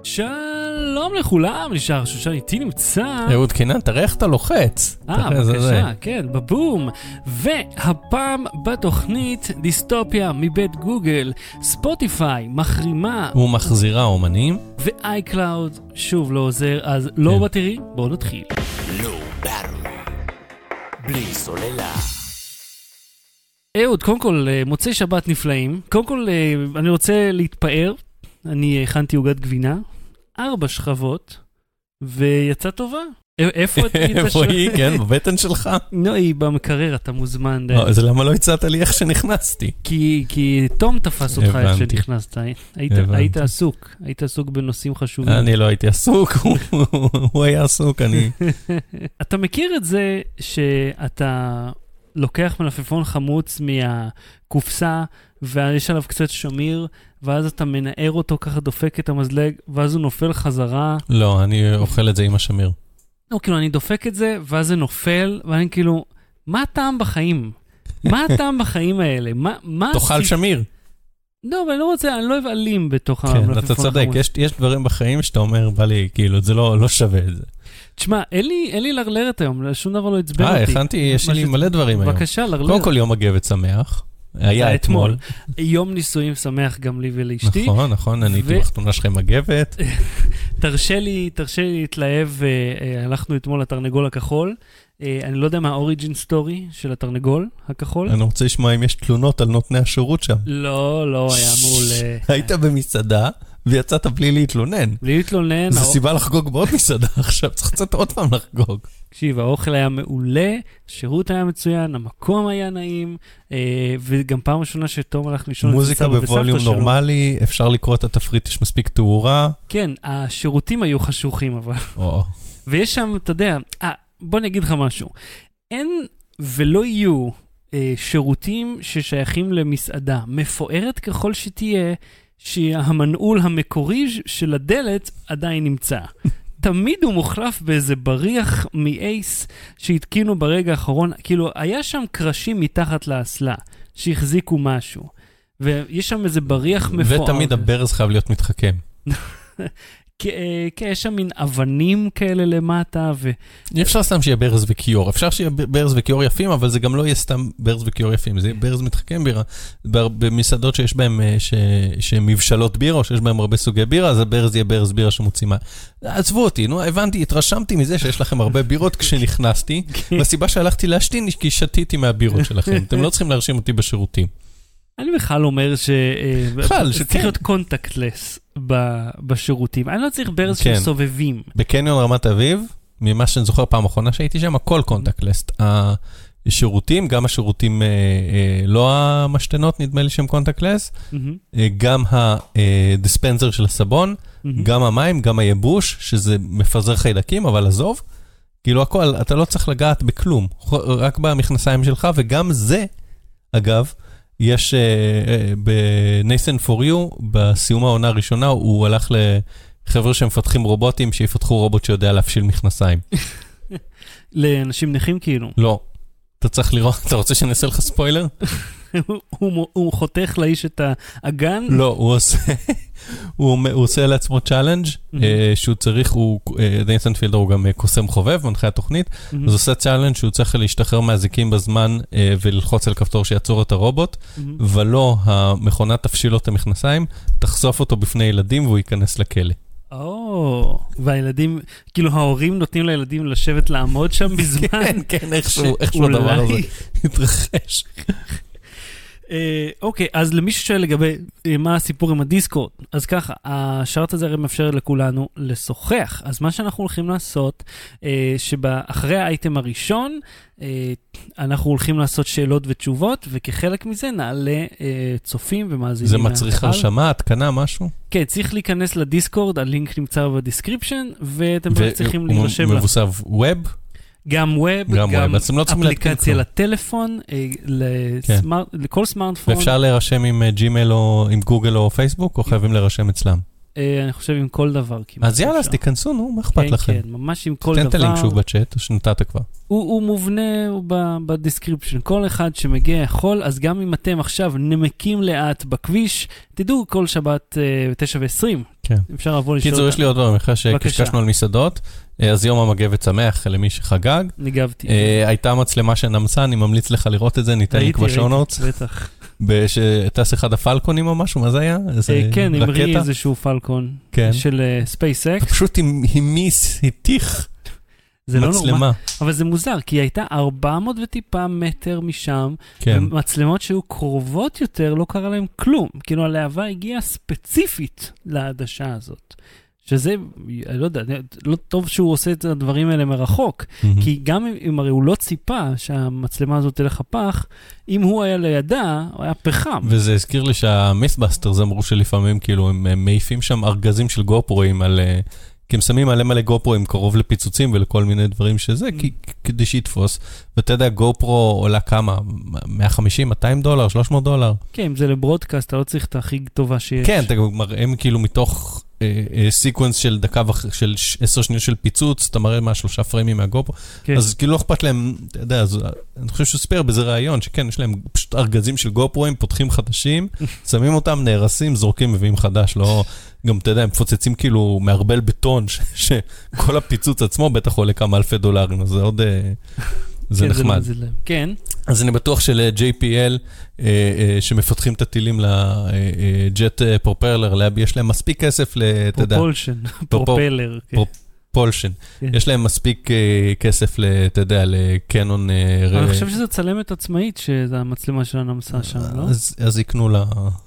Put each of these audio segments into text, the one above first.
שלום לכולם, נשאר שושן איתי נמצא. אהוד קינן, תראה איך אתה לוחץ. בבקשה, כן, בבום. והפעם בתוכנית דיסטופיה מבית גוגל, ספוטיפיי מחרימה ומחזירה אומנים, ואייקלאוד שוב לא עוזר, אז לא בטרי, בואו נתחיל. לא בטרי, בלי סוללה. אהוד, קודם כל, מוצאי שבת נפלאים. קודם כל, אני רוצה להתפאר. אני הכנתי עוגת גבינה, 4 שכבות, ויצא טובה. איפה את היית? איפה היא? כן, בבטן שלך? לא, היא במקרר, אתה מוזמן. אז למה לא הצעת לי איך שנכנסתי? כי תום תפס אותך איך שנכנסת. היית עסוק. היית עסוק בנושאים חשובים. אני לא הייתי עסוק, הוא היה עסוק, אני... אתה מכיר את זה שאתה לוקח מלפפון חמוץ מהקופסה, ויש עליו קצת שמיר, ואז אתה מנער אותו ככה, דופק את המזלג, ואז הוא נופל חזרה. לא, אני אוכל את זה עם השמיר. לא, כאילו, אני דופק את זה, ואז זה נופל, ואני כאילו, מה הטעם בחיים? מה הטעם בחיים האלה? תאכל שמיר. לא, אבל אני לא רוצה, אני לא אבעלים בתוך המלפפון החמוץ. כן, אתה צודק, יש דברים בחיים שאתה אומר, בא לי, כאילו, זה לא שווה את זה. תשמע, אין לי לרלרת היום, שום דבר לא הצבן אותי. הכנתי, יש לי מלא דברים היום. בבקשה, לרלרת. קודם כל יום הגבת שמח. היה אתמול. יום נישואים שמח גם לי ולאשתי. נכון, אני הייתי בחתונה שלכם מגבת. תרשה לי להתלהב, הלכנו אתמול לתרנגול הכחול. אני לא יודע מה האוריג'ין סטורי של התרנגול הכחול. אני רוצה לשמוע אם יש תלונות על נותני השירות שם. לא, היה מעולה. היית במסעדה ויצאת בלי להתלונן. בלי להתלונן. זו סיבה לחגוג בעוד מסעדה עכשיו, צריך קצת עוד פעם לחגוג. תקשיב, האוכל היה מעולה, השירות היה מצוין, המקום היה נעים, וגם פעם ראשונה שתום הלך לישון. מוזיקה בווליום נורמלי, אפשר לקרוא את התפריט, יש מספיק תאורה. כן, השירותים היו חשוכים אבל. ויש שם, אתה יודע, בוא נגיד לך משהו, אין ולא יהיו שירותים ששייכים למסעדה, מפוארת ככל שתהיה, שהמנעול המקורי של הדלת עדיין נמצא. תמיד הוא מוחלף באיזה בריח מאייס שהתקינו ברגע האחרון. כאילו, היה שם קרשים מתחת לאסלה שהחזיקו משהו. ויש שם איזה בריח מפואר. ותמיד הברז חייב להיות מתחכם. כן, יש שם מין אבנים כאלה למטה. אי אפשר סתם שיהיה ברז וקיור. אפשר שיהיה ברז וקיור יפים, אבל זה גם לא יהיה סתם ברז וקיור יפים. זה יהיה ברז מתחכם בירה. במסעדות שיש בהם, שהן מבשלות בירה, או שיש בהם הרבה סוגי בירה, אז הברז יהיה ברז בירה שמוצאים. עזבו אותי, הבנתי, התרשמתי מזה שיש לכם הרבה בירות כשנכנסתי, והסיבה שהלכתי להשתין, כי שתיתי מהבירות שלכם. אתם לא צריכים להרשים אותי בשירותים. אני בכלל אומר שצריך להיות קונטקטלס בשירותים. אני לא צריך ברז שסובבים. בקניון רמת אביב, ממה שאני זוכר פעם האחרונה שהייתי שם, הכל קונטקטלס. השירותים, גם השירותים לא המשתנות, נדמה לי שהם קונטקטלס, גם הדיספנזר של הסבון, גם המים, גם היבוש, שזה מפזר חיידקים, אבל עזוב. כאילו הכל, אתה לא צריך לגעת בכלום, רק במכנסיים שלך, וגם זה, אגב, יש ב-Nathan for You, בסיום העונה הראשונה, הוא הלך לחבר'ה שמפתחים רובוטים, שיפתחו רובוט שיודע להפשיל מכנסיים. לאנשים נכים כאילו? לא. אתה צריך לראות, אתה רוצה שאני אעשה לך ספוילר? הוא חותך לאיש את האגן? לא, הוא עושה לעצמו צ'אלנג' שהוא צריך, נייתן פילדר הוא גם קוסם חובב, מנחה התוכנית, אז הוא עושה צ'אלנג' שהוא צריך להשתחרר מהזיקים בזמן וללחוץ על כפתור שיעצור את הרובוט, ולא המכונה תפשיל לו את המכנסיים, תחשוף אותו בפני ילדים והוא ייכנס לכלא. והילדים, כאילו ההורים נותנים לילדים לשבת לעמוד שם בזמן. כן, איכשהו הדבר הזה התרחש. אוקיי, אז למי ששואל לגבי מה הסיפור עם הדיסקורד, אז ככה, השארט הזה הרי מאפשר לכולנו לשוחח, אז מה שאנחנו הולכים לעשות, שאחרי האייטם הראשון, אנחנו הולכים לעשות שאלות ותשובות, וכחלק מזה נעלה צופים ומאזינים. זה מצריך הרשמה, התקנה, משהו? כן, צריך להיכנס לדיסקורד, הלינק נמצא בדיסקריפשן, ואתם צריכים להירשם. הוא מבוסס ווב? גם ווב, גם אפליקציה לטלפון, לכל סמארטפון. ואפשר להירשם עם ג'ימייל או עם גוגל או פייסבוק, או חייבים להירשם אצלם? אני חושב עם כל דבר כמעט. אז יאללה, אז תיכנסו, נו, מה אכפת לכם? כן, ממש עם כל דבר. תן את הלינק שוב בצ'אט, או שנתת כבר. הוא מובנה בדיסקריפשן. כל אחד שמגיע יכול, אז גם אם אתם עכשיו נמקים לאט בכביש, תדעו כל שבת 9:20. כן. אפשר לבוא לשאול. קיצור, יש לי עוד דבר, אחרי שקשקשנו על מסעדות, אז יום המגבת שמח למי שחגג. ניגבתי. הייתה מצלמה שנמצא, אני ממליץ לך לראות את זה, ניתן לי כבר שונוטס. בטח. טס אחד הפלקונים או משהו, מה זה היה? כן, המריא איזשהו פלקון של SpaceX. פשוט התיך מצלמה. אבל זה מוזר, כי היא הייתה 400 וטיפה מטר משם, ומצלמות שהיו קרובות יותר, לא קרה להם כלום. כאילו הלהבה הגיעה ספציפית לעדשה הזאת. שזה, אני לא יודע, לא טוב שהוא עושה את הדברים האלה מרחוק, כי גם אם הרי הוא לא ציפה שהמצלמה הזאת תלך הפח, אם הוא היה לידה, הוא היה פחם. וזה הזכיר לי שהמית'באסטרס אמרו שלפעמים כאילו הם מעיפים שם ארגזים של גופרואים על... כי הם שמים מלא גופרואים קרוב לפיצוצים ולכל מיני דברים שזה, כדי שיתפוס. ואתה יודע, גופרו עולה כמה? 150, 200 דולר, 300 דולר? כן, אם זה לברודקאסט, אתה לא צריך את הכי טובה שיש. כן, אתה מראה כאילו מתוך סיקוונס של דקה של 10 שניות של פיצוץ, אתה מראה מה 3 פריימים מהגופרו. אז כאילו לא אכפת להם, אתה יודע, אני חושב שהוא ספיר בזה רעיון, שכן, יש להם פשוט ארגזים של גופרואים, פותחים חדשים, שמים אותם, נהרסים, זורקים, מביאים חדש, לא... גם, אתה יודע, הם פוצצים כאילו מערבל בטון, שכל הפיצוץ עצמו בטח עולה כמה אלפי דולרים, אז זה עוד, זה נחמד. כן. אז אני בטוח של-JPL, שמפתחים את הטילים לג'ט פרופלר, יש להם מספיק כסף, אתה יודע. פרופלר. פולשן. יש להם מספיק כסף, אתה יודע, לקנון... אני חושב שזו צלמת עצמאית, שזה המצלמה שלנו עושה שם, לא? אז יקנו לה...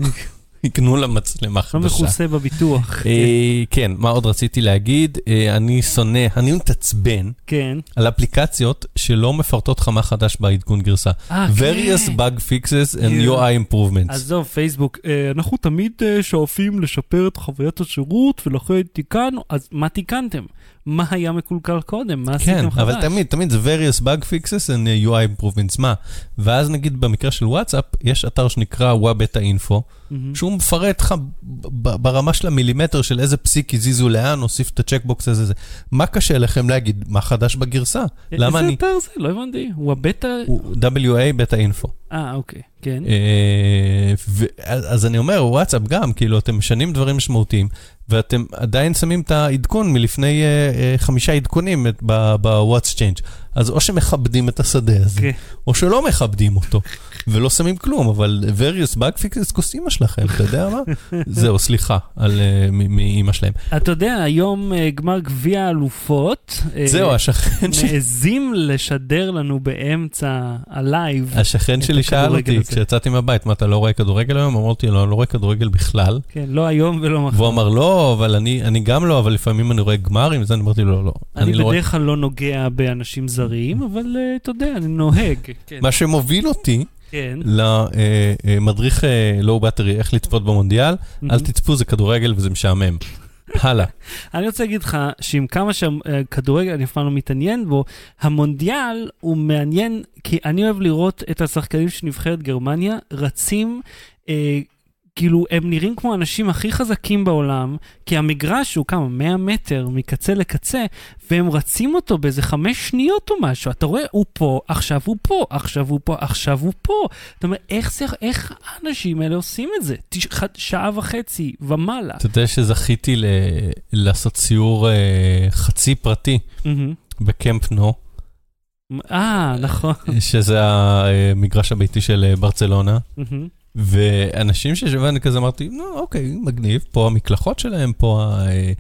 יקנו למצלמה חדשה. לא מכוסה בביטוח. כן, מה עוד רציתי להגיד? אני שונא, אני מתעצבן על אפליקציות שלא מפרטות לך מה חדש בעדכון גרסה. various bug fixes and UI improvements. עזוב, פייסבוק, אנחנו תמיד שואפים לשפר את חוויית השירות, ולכן תיקנו, אז מה תיקנתם? מה היה מקולקל קודם? מה עשיתם חדש? כן, אבל תמיד זה various bug fixes and UI improvements. מה? ואז נגיד במקרה של וואטסאפ, יש אתר שנקרא Wabeta Info, שהוא מפרט לך ברמה של המילימטר של איזה פסיק הזיזו לאן, הוסיף את הצ'קבוקס הזה. מה קשה לכם להגיד? מה חדש בגרסה? איזה אתר זה? לא הבנתי. Wabeta... WA Beta Info. אוקיי, כן. אז אני אומר, וואטסאפ גם, כאילו, אתם משנים דברים משמעותיים, ואתם עדיין שמים את העדכון מלפני 5 עדכונים ב-What's Change. אז או שמכבדים את השדה הזה, או שלא מכבדים אותו, ולא שמים כלום, אבל various bug fixes כוס אמא שלכם, אתה יודע מה? זהו, סליחה, מאמא שלהם. אתה יודע, היום גמר גביע אלופות, זהו, השכן מעזים לשדר לנו באמצע הלייב. השכן שלי שאל אותי, כשיצאתי מהבית, מה, אתה לא רואה כדורגל היום? אמרתי, לא רואה כדורגל בכלל. כן, לא היום ולא מחר. והוא אמר, לא, אבל אני גם לא, אבל לפעמים אני רואה גמרים, וזה אני אמרתי, לא. אני בדרך כלל לא נוגע באנשים זרים, אבל אתה יודע, אני נוהג. מה שמוביל אותי, למדריך לואו בטרי, איך לצפות במונדיאל, אל תצפו, זה כדורגל וזה משעמם. הלאה. אני רוצה להגיד לך, שעם כמה שכדורגל אני אפילו לא מתעניין בו, המונדיאל הוא מעניין, כי אני אוהב לראות את השחקנים של נבחרת גרמניה, רצים, כאילו הם נראים כמו האנשים הכי חזקים בעולם, כי המגרש הוא כמה 100 מטר מקצה לקצה, והם רצים אותו באיזה 5 שניות או משהו. אתה רואה, הוא פה, עכשיו הוא פה, עכשיו הוא פה, עכשיו הוא פה. אתה אומר, איך האנשים האלה עושים את זה? 1.5 שעה ומעלה. אתה יודע שזכיתי לעשות סיור חצי פרטי בקמפ נו. נכון. שזה המגרש הביתי של ברצלונה. ואנשים ששבן כזה אמרתי, אוקיי, מגניב, פה המקלחות שלהם, פה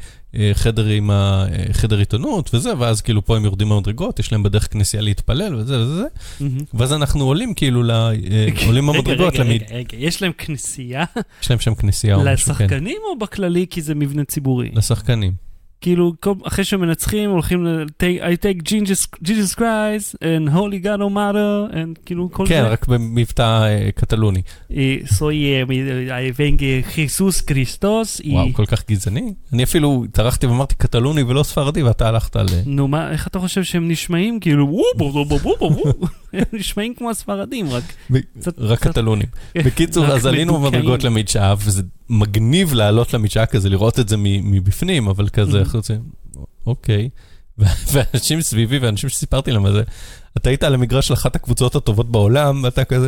החדר עיתונות וזה, ואז כאילו פה הם יורדים במדרגות, יש להם בדרך כנסייה להתפלל וזה וזה, ואז אנחנו עולים כאילו, עולים במדרגות. רגע, יש להם כנסייה? יש להם שם כנסייה. לשחקנים או בכללי כי זה מבנה ציבורי? לשחקנים. כאילו, אחרי שמנצחים, הולכים I take Jesus Christ, and Holy God O Mother, and כאילו כל זה. כן, רק במבטא קטלוני. Soy, I thank Jesus Christos. וואו, כל כך גזעני. אני אפילו טרחתי ואמרתי קטלוני ולא ספרדי, ואתה הלכת על... נו, מה, איך אתה חושב שהם נשמעים? כאילו, נשמעים כמו הספרדים, רק קטלונים. בקיצור, אז עלינו במדרגות למדשאה, וזה מגניב לעלות למדשאה כזה, לראות את זה מבפנים, אבל כזה, אוקיי. ואנשים סביבי, ואנשים שסיפרתי להם על זה, אתה היית על המגרש של אחת הקבוצות הטובות בעולם, ואתה כזה,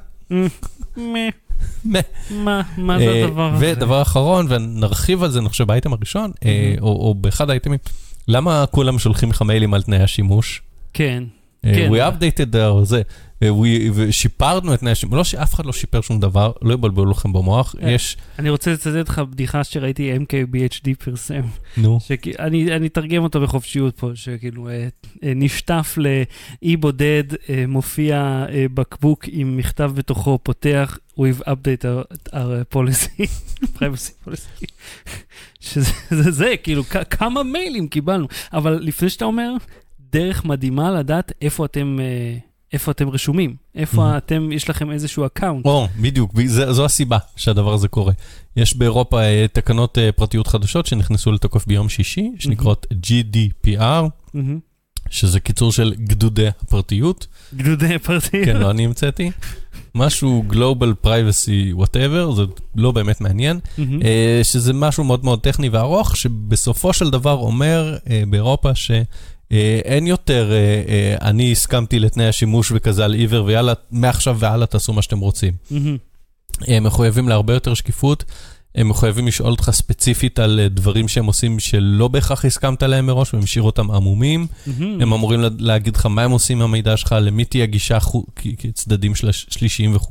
מה זה הדבר הזה? ודבר אחרון, ונרחיב על זה, אני חושב, באייטם הראשון, או באחד האייטמים, למה כולם שולחים לך מיילים על תנאי השימוש? כן. We updated זה, ושיפרנו את תנאי השימוש, לא שאף אחד לא שיפר שום דבר, לא יבלבלו לכם במוח, יש... אני רוצה לצטט לך בדיחה שראיתי MKBHD פרסם. נו. אני תרגם אותו בחופשיות פה, שכאילו נשטף לאי בודד, מופיע בקבוק עם מכתב בתוכו, פותח, we've updated our policy, privacy policy. שזה כאילו, כמה מיילים קיבלנו, אבל לפני שאתה אומר, דרך מדהימה לדעת איפה אתם רשומים, איפה אתם, יש לכם איזשהו אקאונט. בדיוק, זו הסיבה שהדבר הזה קורה. יש באירופה תקנות פרטיות חדשות שנכנסו לתוקף ביום שישי, שנקראות GDPR, שזה קיצור של גדודי הפרטיות. גדודי הפרטיות. כן, לא אני המצאתי. משהו Global Privacy whatever, זה לא באמת מעניין, שזה משהו מאוד מאוד טכני וארוך, שבסופו של דבר אומר באירופה אין יותר, אני הסכמתי לתנאי השימוש וכזה על עיוור, ויאללה, מעכשיו והלאה תעשו מה שאתם רוצים. הם מחויבים להרבה יותר שקיפות, הם מחויבים לשאול אותך ספציפית על דברים שהם עושים שלא בהכרח הסכמת להם מראש, והם משאיר אותם עמומים. הם אמורים להגיד לך מה הם עושים מהמידע שלך, למי תהיה גישה כצדדים שלישיים וכו'.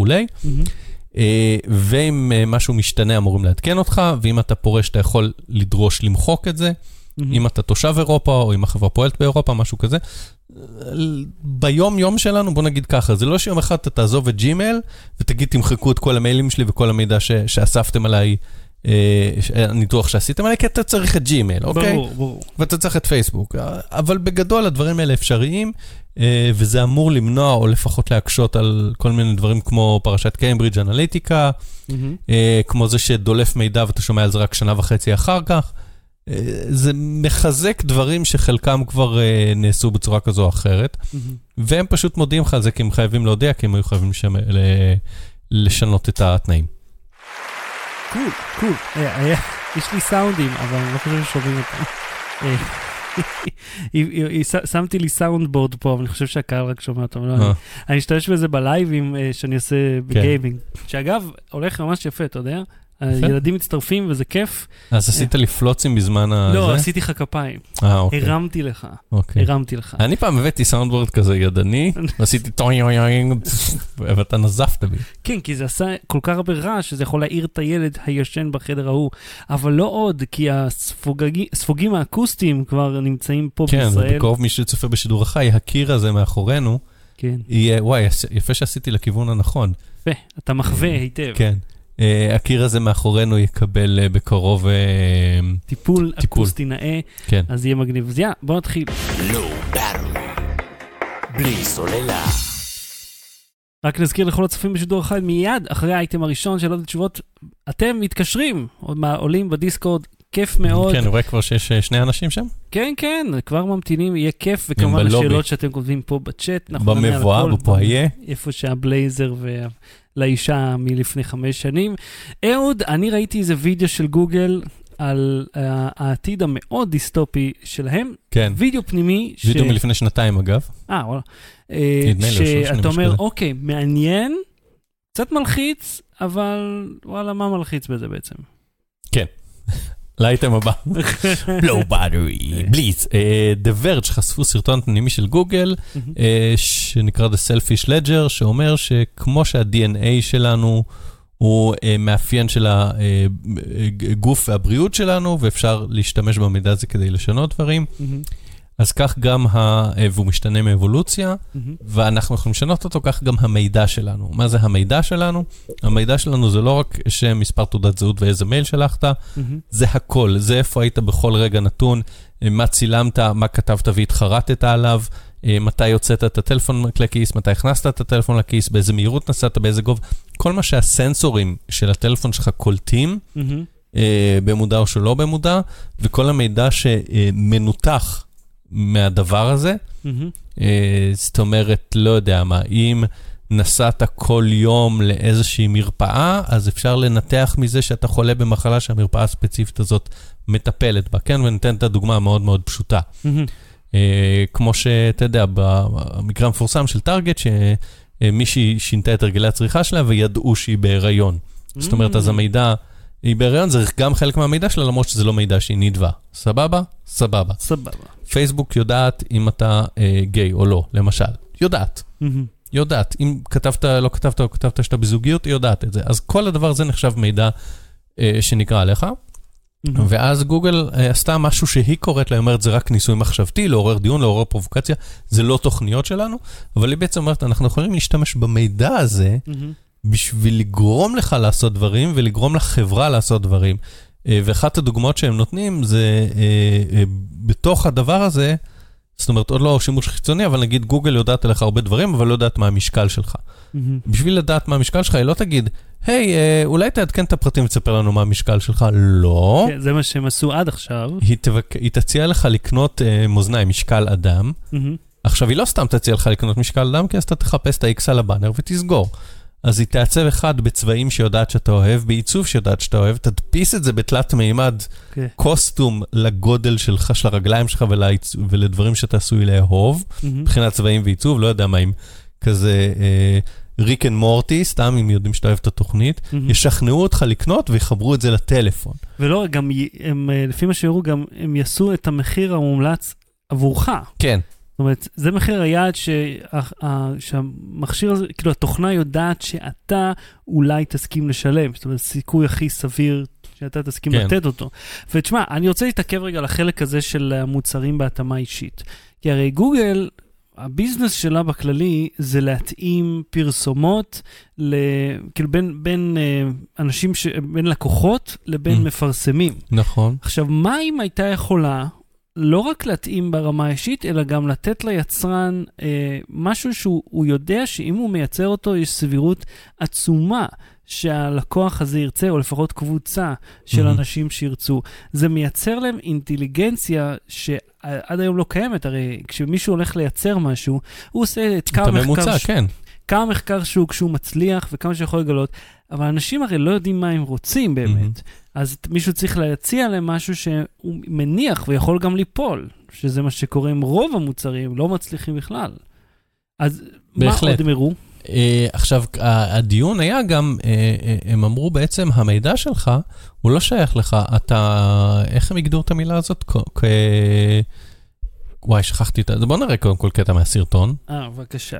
ואם משהו משתנה, אמורים לעדכן אותך, ואם אתה פורש, אתה יכול לדרוש למחוק את זה. אם אתה תושב אירופה, או אם החברה פועלת באירופה, משהו כזה. ביום יום שלנו, בוא נגיד ככה, זה לא שיום אחד אתה תעזוב את ג'ימייל, ותגיד, תמחקו את כל המיילים שלי, וכל המידע שאספתם עליי, הניתוח שעשיתם עליי, כי אתה צריך את ג'ימייל, אוקיי? ברור. ואתה צריך את פייסבוק. אבל בגדול, הדברים האלה אפשריים, וזה אמור למנוע, או לפחות להקשות על כל מיני דברים, כמו פרשת קיימברידג' אנליטיקה, כמו זה שדולף מידע, ואתה שומע על זה רק 1.5 שנה אחר כך. זה מחזק דברים שחלקם כבר נעשו בצורה כזו או אחרת, והם פשוט מודיעים לך על זה, כי הם חייבים להודיע, כי הם היו חייבים לשנות את התנאים. קול. יש לי סאונדים, אבל אני לא חושב ששומעים אותם. שמתי לי סאונד בורד פה, אבל אני חושב שהקהל רק שומע אותם. אני אשתמש בזה בלייבים שאני עושה בגיימינג, שאגב, הולך ממש יפה, אתה יודע? הילדים מצטרפים וזה כיף. אז עשית לי פלוצים בזמן הזה? לא, עשיתי לך כפיים. אוקיי. הרמתי לך. אני פעם הבאתי סאונדבורד כזה ידני, ועשיתי טוינג, ואתה נזפת בי. כן, כי זה עשה כל כך הרבה רעש, שזה יכול להעיר את הילד הישן בחדר ההוא, אבל לא עוד, כי הספוגים האקוסטיים כבר נמצאים פה בישראל. כן, ובקרוב מי שצופה בשידור החי, הקיר הזה מאחורינו, וואי, יפה שעשיתי לכיוון הנכון. יפה, אתה מחווה היטב. כן. הקיר הזה מאחורינו יקבל בקרוב טיפול אקוסטי נאה, כן. אז יהיה מגניב. אז בוא נתחיל. Low battery, בלי סוללה. רק נזכיר לכל הצופים בשידור החי, מיד אחרי האייטם הראשון של עוד תשובות, אתם מתקשרים, עולים בדיסקורד, כיף מאוד. כן, רואה כבר שיש 2 אנשים שם? כן, כבר ממתינים, יהיה כיף, וכמובן השאלות שאתם כותבים פה בצ'אט. במבואה, בפוהיה. איפה שהבלייזר לאישה מלפני 5 שנים. אהוד, אני ראיתי איזה וידאו של גוגל על העתיד המאוד דיסטופי שלהם. כן. וידאו פנימי. וידאו מלפני 2 אגב. וואלה. שאתה אומר, אוקיי, מעניין, קצת מלחיץ, אבל וואלה, מה מלחיץ בזה בעצם? כן. לאייטם הבא. Low battery, בליץ. The Verge חשפו סרטון פנימי של גוגל, שנקרא The Selfish Ledger, שאומר שכמו שה-DNA שלנו הוא מאפיין של הגוף והבריאות שלנו, ואפשר להשתמש במידע הזה כדי לשנות דברים, אז כך גם, והוא משתנה מאבולוציה, ואנחנו יכולים לשנות אותו, כך גם המידע שלנו. מה זה המידע שלנו? המידע שלנו זה לא רק שם מספר תעודת זהות ואיזה מייל שלחת, זה הכל, זה איפה היית בכל רגע נתון, מה צילמת, מה כתבת והתחרטת עליו, מתי יוצאת את הטלפון לכיס, מתי הכנסת את הטלפון לכיס, באיזה מהירות נסעת, באיזה גוב, כל מה שהסנסורים של הטלפון שלך קולטים, במודע או שלא במודע, וכל המידע שמנותח מהדבר הזה. זאת אומרת, לא יודע מה, אם נסעת כל יום לאיזושהי מרפאה, אז אפשר לנתח מזה שאתה חולה במחלה שהמרפאה הספציפית הזאת מטפלת בה, כן? וניתן את הדוגמה המאוד מאוד פשוטה. כמו שאתה יודע, במקרה המפורסם של טארגט, שמישהי שינתה את הרגלי הצריכה שלה וידעו שהיא בהיריון. זאת אומרת, אז המידע, היא בהיריון, זה גם חלק מהמידע שלה, למרות שזה לא מידע שהיא נדבה. סבבה? סבבה. סבבה. פייסבוק יודעת אם אתה גיי או לא, למשל. יודעת. יודעת. אם כתבת, לא כתבת, או כתבת שאתה בזוגיות, היא יודעת את זה. אז כל הדבר הזה נחשב מידע שנקרא עליך. ואז גוגל עשתה משהו שהיא קוראת לה, אומרת, זה רק ניסוי מחשבתי, לעורר דיון, לעורר פרובוקציה, זה לא תוכניות שלנו, אבל היא בעצם אומרת, אנחנו יכולים להשתמש במידע הזה, בשביל לגרום לך לעשות דברים, ולגרום לחברה לעשות דברים. ואחת הדוגמאות שהם נותנים, זה בתוך הדבר הזה, זאת אומרת, עוד לא שימוש חיצוני, אבל נגיד גוגל יודעת עליך הרבה דברים, אבל לא יודעת מה המשקל שלך. בשביל לדעת מה המשקל שלך, היא לא תגיד, היי, אולי תעדכן את הפרטים ותספר לנו מה המשקל שלך. לא. זה מה שהם עשו עד עכשיו. היא תציע לך לקנות מאזניים, משקל אדם. עכשיו, היא לא סתם תציע לך לקנות משקל אדם, כי אז אתה תחפש את ה-X על הבאנר ותסגור. אז היא תעצב אחד בצבעים שיודעת שאתה אוהב, בעיצוב שיודעת שאתה אוהב, תדפיס את זה בתלת מימד, קוסטום לגודל שלך, של הרגליים שלך ולדברים שאתה עשוי לאהוב, מבחינת צבעים ועיצוב, לא יודע מה אם כזה ריק אנד מורטי, סתם אם יודעים שאתה אוהב את התוכנית, ישכנעו אותך לקנות ויחברו את זה לטלפון. ולא, גם לפי מה שהראו, גם הם יעשו את המחיר המומלץ עבורך. כן. זאת אומרת, זה מחיר היעד שהמכשיר הזה, כאילו התוכנה יודעת שאתה אולי תסכים לשלם, זאת אומרת, סיכוי הכי סביר שאתה תסכים לתת אותו. ותשמע, אני רוצה להתעכב רגע לחלק הזה של המוצרים בהתאמה אישית. כי הרי גוגל, הביזנס שלה בכללי זה להתאים פרסומות, כאילו בין אנשים, בין לקוחות לבין מפרסמים. נכון. עכשיו, מה אם הייתה יכולה לא רק להתאים ברמה האישית, אלא גם לתת ליצרן משהו שהוא יודע שאם הוא מייצר אותו, יש סבירות עצומה שהלקוח הזה ירצה, או לפחות קבוצה של אנשים שירצו. זה מייצר להם אינטליגנציה שעד היום לא קיימת. הרי כשמישהו הולך לייצר משהו, הוא עושה את כמה הממוצע, כן. כמה מחקר כשהוא מצליח וכמה שיכול לגלות, אבל אנשים הרי לא יודעים מה הם רוצים באמת. אז מישהו צריך להציע להם משהו שהוא מניח ויכול גם ליפול, שזה מה שקורה עם רוב המוצרים, לא מצליחים בכלל. אז בהחלט. מה עוד הם הראו? עכשיו, הדיון היה גם, הם אמרו בעצם, המידע שלך, הוא לא שייך לך, אתה, איך הם הגדור את המילה הזאת? וואי, שכחתי את זה. בוא נראה קודם כל קטע מהסרטון. בבקשה.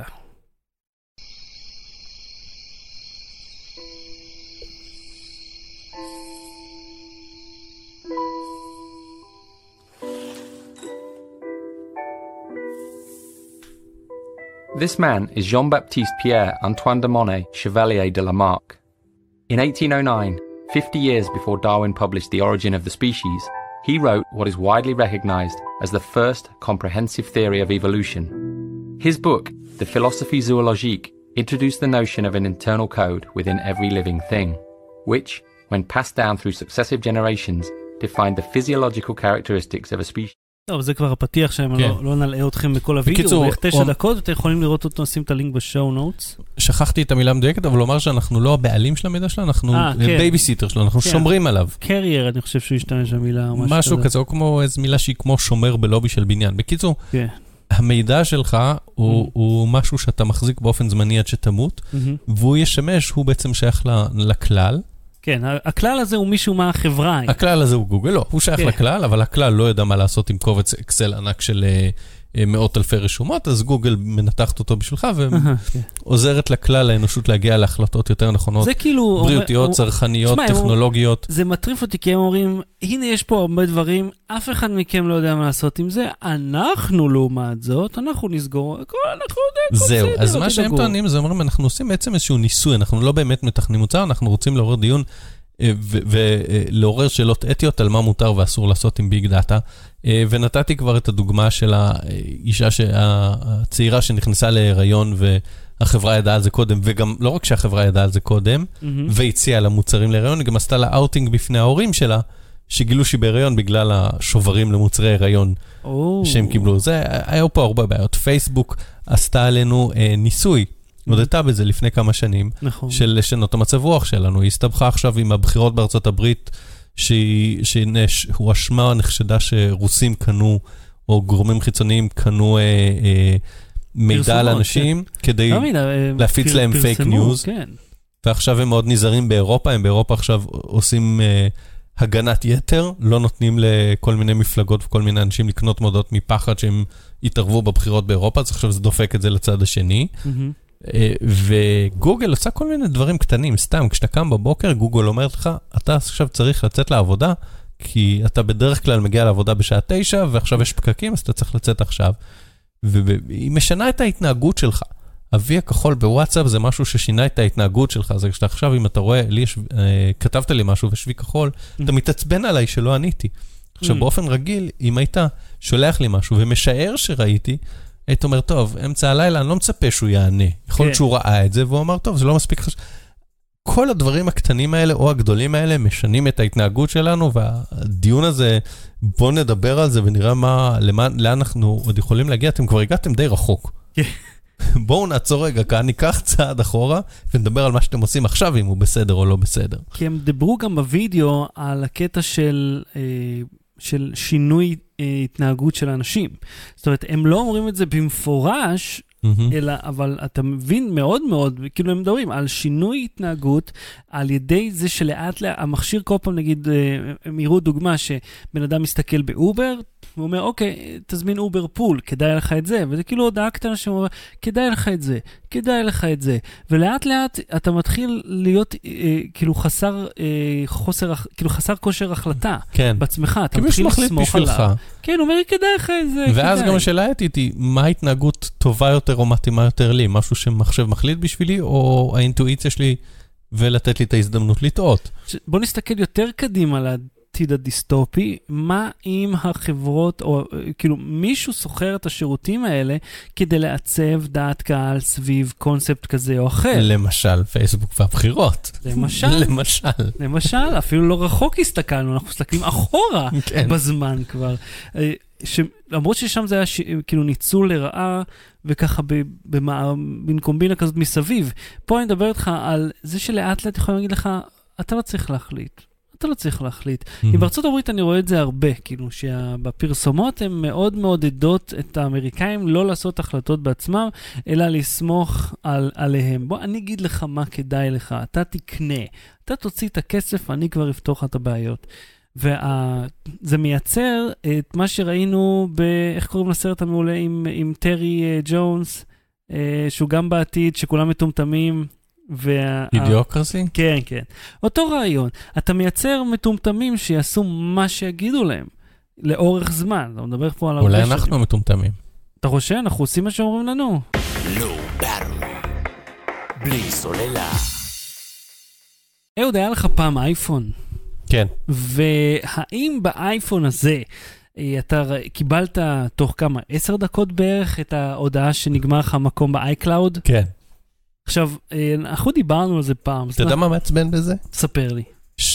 This man is Jean-Baptiste Pierre-Antoine de Monnet, Chevalier de Lamarck. In 1809, 50 years before Darwin published The Origin of the Species, he wrote what is widely recognized as the first comprehensive theory of evolution. His book, The Philosophie Zoologique, introduced the notion of an internal code within every living thing, which, when passed down through successive generations, defined the physiological characteristics of a species. טוב, זה כבר הפתיח שהם לא נלאה אתכם בכל הוידאו, בערך 9 דקות, אתם יכולים לראות אותו, נשים את הלינק בשואו נוטס. שכחתי את המילה מדויקת, אבל לומר שאנחנו לא הבעלים של המידע שלנו, אנחנו בייביסיטר שלנו, אנחנו שומרים עליו. קרייר, אני חושב שהוא ישתמש במילה. משהו כזה, או כמו איזו מילה שהיא כמו שומר בלובי של בניין. בקיצור, המידע שלך הוא משהו שאתה מחזיק באופן זמני עד שתמות, והוא ישמש, הוא בעצם שייך לכלל. כן, הכלל הזה הוא מישהו מהחברה. הכלל הזה הוא גוגל, לא, הוא שייך לכלל, אבל הכלל לא יודע מה לעשות עם קובץ אקסל ענק של מאות אלפי רשומות, אז גוגל מנתחת אותו בשבילך, ועוזרת לכלל האנושות להגיע להחלטות יותר נכונות, בריאותיות, צרכניות, טכנולוגיות. זה מטריף אותי, כי הם אומרים, הנה יש פה הרבה דברים, אף אחד מכם לא יודע מה לעשות עם זה, אנחנו לעומת זאת, אנחנו נסגור, אנחנו יודעים, זהו, אז מה שהם טוענים, זה אומרים, אנחנו עושים בעצם איזשהו ניסוי, אנחנו לא באמת מתכנים מוצר, אנחנו רוצים לעורר דיון, ולעורר שאלות אתיות על מה מותר ואסור לעשות עם ביג דאטה, ונתתי כבר את הדוגמה של האישה הצעירה שנכנסה להיריון והחברה ידעה על זה קודם, וגם לא רק שהחברה ידעה על זה קודם, והציעה לה מוצרים להיריון, היא גם עשתה לה אאוטינג בפני ההורים שלה, שגילו שהיא בהיריון בגלל השוברים למוצרי הריון שהם קיבלו. היו פה הרבה בעיות. פייסבוק עשתה עלינו ניסוי, הודתה בזה לפני כמה שנים, של לשנות המצב רוח שלנו. היא הסתבכה עכשיו עם הבחירות בארצות הברית, שהוא אשמה נחשדה שרוסים קנו, או גורמים חיצוניים קנו מידע על אנשים, כדי להפיץ להם פייק ניוז. ועכשיו הם מאוד נזהרים באירופה, הם באירופה עכשיו עושים הגנת יתר, לא נותנים לכל מיני מפלגות וכל מיני אנשים לקנות מודעות מפחד שהם יתערבו בבחירות באירופה, אז עכשיו זה דופק את זה לצד השני. וגוגל עושה כל מיני דברים קטנים, סתם, כשאתה קם בבוקר, גוגל אומרת לך, אתה עכשיו צריך לצאת לעבודה, כי אתה בדרך כלל מגיע לעבודה בשעה 9, ועכשיו יש פקקים, אז אתה צריך לצאת עכשיו. והיא משנה את ההתנהגות שלך. אבי הכחול בוואטסאפ זה משהו ששינה את ההתנהגות שלך, זה כשאתה עכשיו, אם אתה רואה, כתבת לי משהו ושבי כחול, אתה מתעצבן עליי שלא עניתי. עכשיו, באופן רגיל, אם היית שולח לי משהו ומשער שראיתי, היית אומר, טוב, אמצע הלילה, אני לא מצפה שהוא יענה. יכול להיות שהוא ראה את זה, והוא אמר, טוב, זה לא מספיק חשוב. כל הדברים הקטנים האלה, או הגדולים האלה, משנים את ההתנהגות שלנו, והדיון הזה, בוא נדבר על זה, ונראה לאן אנחנו עוד יכולים להגיע. אתם כבר הגעתם די רחוק. בואו נעצור רגע כאן, ניקח צעד אחורה, ונדבר על מה שאתם עושים עכשיו, אם הוא בסדר או לא בסדר. כי הם דיברו גם בווידאו על הקטע של שינוי התנהגות של האנשים. זאת אומרת, הם לא אומרים את זה במפורש, אלא, אבל אתה מבין מאוד מאוד, כאילו הם מדברים על שינוי התנהגות, על ידי זה שלאט לאט, המכשיר כל פעם נגיד, הם יראו דוגמה שבן אדם מסתכל באובר, הוא אומר, אוקיי, תזמין אובר פול, כדאי לך את זה, וזה כאילו הודעה קטנה שאומר, כדאי לך את זה, כדאי לך את זה, ולאט לאט אתה מתחיל להיות כאילו חסר כושר החלטה בעצמך, אתה מתחיל לסמוך עליו. כן, הוא אומר, כדאי לך את זה, ואז גם השאלה איתי, מה ההתנהגות טובה יותר או מתאימה יותר לי? משהו שמחשב מחליט בשבילי, או האינטואיציה שלי ולתת לי את ההזדמנות לטעות? בוא נסתכל יותר קדימה לעתיד הדיסטופי, מה אם החברות, או כאילו מישהו סוחר את השירותים האלה, כדי לעצב דעת קהל סביב קונספט כזה או אחר. למשל, פייסבוק והבחירות. למשל, אפילו לא רחוק הסתכלנו, אנחנו מסתכלים אחורה בזמן כבר. למרות ששם זה היה כאילו ניצול לרעה, וככה בין קומבינה כזאת מסביב. פה אני מדבר איתך על זה שלאט לאט יכולים להגיד לך, אתה לא צריך להחליט. אתה לא צריך להחליט. כי בארצות הברית אני רואה את זה הרבה, כאילו שבפרסומות הן מאוד מעודדות את האמריקאים לא לעשות החלטות בעצמם, אלא לסמוך עליהם. בוא, אני אגיד לך מה כדאי לך, אתה תקנה, אתה תוציא את הכסף, אני כבר אפתוח את הבעיות. וזה מייצר את מה שראינו איך קוראים לסרט המעולה עם טרי ג'ונס, שהוא גם בעתיד, שכולם מטומטמים. אידיוקרסי? כן, כן. אותו רעיון. אתה מייצר מטומטמים שיעשו מה שיגידו להם, לאורך זמן. אתה מדבר פה על... אולי אנחנו מטומטמים. אתה חושב? אנחנו עושים מה שאומרים לנו. Low battery. בלי סוללה. אהוד, היה לך פעם אייפון? כן. והאם באייפון הזה אתה קיבלת תוך כמה 10 דקות בערך את ההודעה שנגמר לך מקום ב-iCloud? כן. עכשיו, אנחנו דיברנו על זה פעם. אתה יודע מה מעצבן בזה? ספר לי.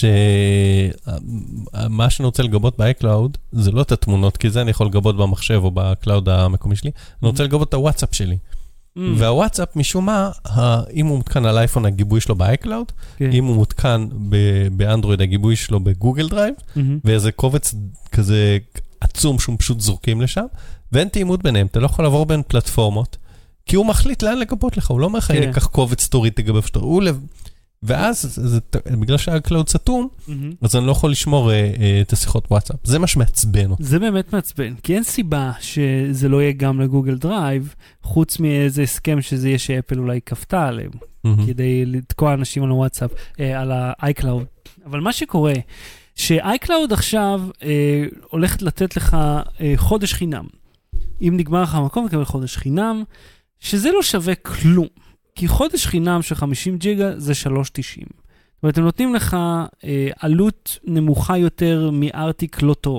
שמה שאני רוצה לגבות ב-iCloud, זה לא את התמונות, כי זה אני יכול לגבות במחשב או בקלאוד המקומי שלי, אני רוצה לגבות את הוואטסאפ שלי. והוואטסאפ, משום מה, אם הוא מותקן על אייפון, הגיבוי שלו ב-iCloud, אם הוא מותקן באנדרואיד, הגיבוי שלו בגוגל דרייב, ואיזה קובץ כזה עצום שהוא פשוט זורקים לשם, ואין תאימות ביניהם, אתה לא יכול לעבור בין פלטפורמות, כי הוא מחליט לאן לגבות לך, הוא לא אומר לך, הנה, קח קובץ תוריד, תגבב שתוריד, הוא ואז, בגלל שהקלאוד סתום, אז אני לא יכול לשמור את השיחות וואטסאפ. זה מה שמעצבן אותי. זה באמת מעצבן, כי אין סיבה שזה לא יהיה גם לגוגל דרייב, חוץ מאיזה הסכם שזה יהיה שאפל אולי כפתה עליהם, כדי לתקוע אנשים על הוואטסאפ, על ה-iCloud. אבל מה שקורה, ש-iCloud עכשיו הולכת לתת לך חודש חינם. אם נגמר לך המקום, תקבל חודש חינם, שזה לא שווה כלום. כי חודש חינם של 50 ג'יגה זה 3.90. זאת אומרת, הם נותנים לך עלות נמוכה יותר מארטיק לא טוב.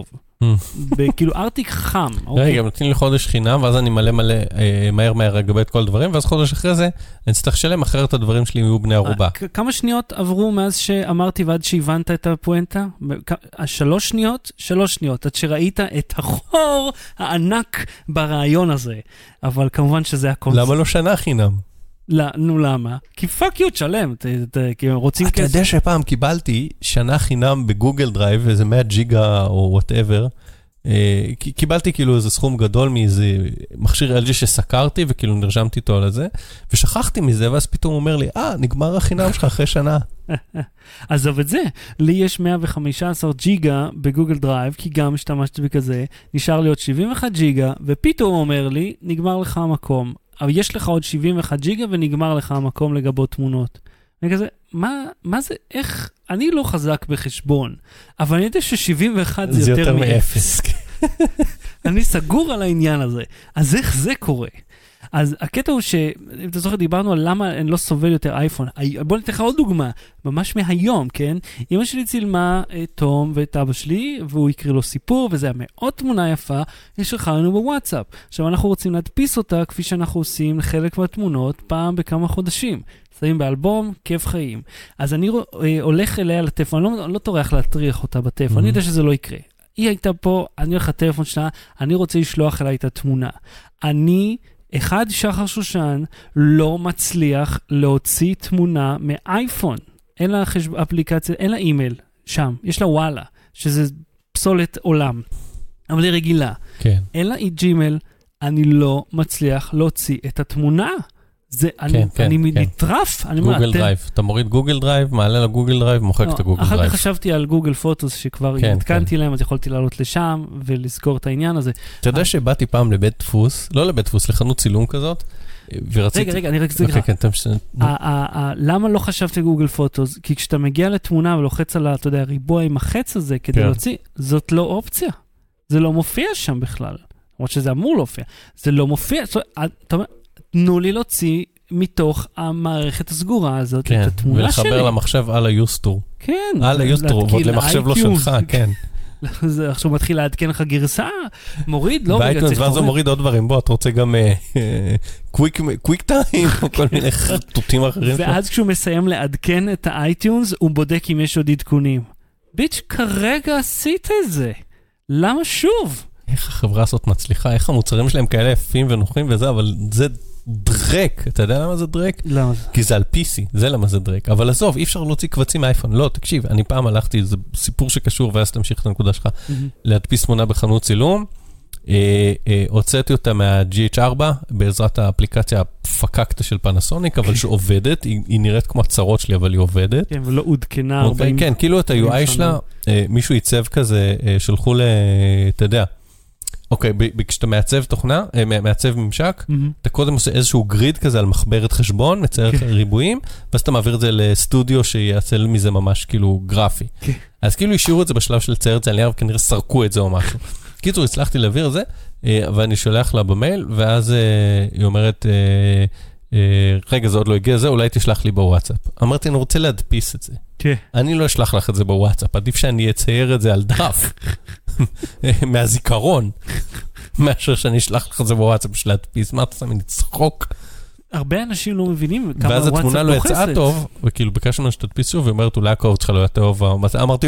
כאילו ארטיק חם. רגע, נותנים לי חודש חינם, ואז אני מלא מהר אגבה את כל הדברים, ואז חודש אחרי זה, אני צריך לשלם, אחרת הדברים שלי יהיו בני ערובה. כמה שניות עברו מאז שאמרתי ועד שהבנת את הפואנטה? 3 שניות? 3 שניות, עד שראית את החור הענק ברעיון הזה. אבל כמובן שזה הקונספט. למה לא שנה חינם? נו למה? כי פאק יו, תשלם, כי רוצים כסף. אתה יודע שפעם קיבלתי שנה חינם בגוגל דרייב, איזה 100 ג'יגה או whatever, קיבלתי כאילו איזה סכום גדול מאיזה מכשיר LG שסקרתי, וכאילו נרשמתי אותו על זה, ושכחתי מזה, ואז פתאום הוא אומר לי, נגמר החינם שלך אחרי שנה. עזוב את זה, לי יש 115 ג'יגה בגוגל דרייב, כי גם השתמשתי בכזה, נשאר לי עוד 71 ג'יגה, ופתאום הוא אומר לי, נגמר לך המקום. אבל יש לך עוד 71 ג'יגה ונגמר לך המקום לגבות תמונות. אני כזה, מה זה, איך, אני לא חזק בחשבון, אבל אני יודע ש71 זה יותר מ-0. אני סגור על העניין הזה. אז איך זה קורה? אז הקטע הוא אם אתה זוכר, דיברנו על למה אני לא סובל יותר אייפון. בוא ניתן לך עוד דוגמה, ממש מהיום, כן? אמא שלי צילמה את תום ואת אבא שלי, והוא יקריא לו סיפור, וזה היה מאוד תמונה יפה, יש לנו בוואטסאפ. עכשיו אנחנו רוצים להדפיס אותה, כפי שאנחנו עושים לחלק מהתמונות, פעם בכמה חודשים. שמים באלבום, כיף חיים. אז אני הולך אליה לטלפון, אני לא טורח להטריח אותה בטלפון, אני יודע שזה לא יקרה. היא הייתה פה, אני הולך לטלפון שלה, אני רוצה לשלוח אליי את התמונה. שחר שושן לא מצליח להוציא תמונה מאייפון. אין לה אפליקציה, אין לה אימייל שם. יש לה וואלה, שזה פסולת עולם. אבל היא רגילה. כן. אין לה ג'ימייל, אני לא מצליח להוציא את התמונה. אני נטרף. גוגל דרייב. אתה מוריד גוגל דרייב, מעלה לגוגל דרייב, מוחק את הגוגל דרייב. אחר כך חשבתי על גוגל פוטוס, שכבר התקנתי להם, אז יכולתי לעלות לשם ולסגור את העניין הזה. אתה יודע שבאתי פעם לבית דפוס, לא לבית דפוס, לחנות צילום כזאת, ורציתי... רגע, אני רק אזכיר לך. למה לא חשבתי על גוגל פוטוס? כי כשאתה מגיע לתמונה ולוחץ על, אתה יודע, ריבוע עם החץ הזה כדי להוציא, זאת לא אופציה. זה לא מופיע שם בכלל. למרות שזה אמור להופיע. זה לא מופיע. אתה אומר, תנו לי להוציא מתוך המערכת הסגורה הזאת את התמונה שלי. ולחבר למחשב על היוסטור. כן. על היוסטור, ועוד למחשב לא שלך, כן. זה עכשיו מתחיל לעדכן לך גרסה, מוריד, לא רגע צריך... ואז הוא מוריד עוד דברים, בוא, אתה רוצה גם קוויק טיים, או כל מיני חרטוטים אחרים. ואז כשהוא מסיים לעדכן את האייטיונס, הוא בודק אם יש עוד עדכונים. ביץ', כרגע עשית את זה. למה שוב? איך החברה הזאת מצליחה, איך המוצרים שלהם כאלה יפים ונוחים וזה, אבל זה דרק. אתה יודע למה זה דרק? למה זה? כי זה על PC, זה למה זה דרק. אבל עזוב, אי אפשר להוציא קבצים מאייפון. לא, תקשיב, אני פעם הלכתי, זה סיפור שקשור, ואז תמשיך את הנקודה שלך, להדפיס תמונה בחנות צילום, הוצאתי אותה מה-GH4, בעזרת האפליקציה הפקקטה של פנסוניק, אבל שעובדת, היא נראית כמו הצרות שלי, אבל היא עובדת. כן, ולא עודכנה 40. כן, כאילו את ה-UI שלה, מישהו ייצב כזה, שלחו אתה יודע, אוקיי, כשאתה מעצב תוכנה, מעצב ממשק, אתה קודם עושה איזשהו גריד כזה על מחברת חשבון, מצייר ריבועים, ואז אתה מעביר את זה לסטודיו שיעצל מזה ממש כאילו גרפי. אז כאילו השאירו את זה בשלב של לצייר את זה על נייר, וכנראה סרקו את זה או משהו. קיצור, הצלחתי להעביר את זה, ואני שולח לה במייל, ואז היא אומרת, רגע, זה עוד לא הגיע, זה אולי תשלח לי בוואטסאפ. אמרתי, אני רוצה להדפיס את זה. אני לא אשלח לך את זה בוואטסאפ, עדיף שאני אצייר את זה על דף, מהזיכרון, מאשר שאני אשלח לך את זה בוואטסאפ בשביל להדפיס. מה אתה עושה? אני צחוק. הרבה אנשים לא מבינים כמה ואז הוואטסאפ התמונה לא יצאה טוב, וכאילו ביקשנו שתדפיס שוב, והיא אומרת, אולי הקרוב שלך לא היה טוב, אמרתי,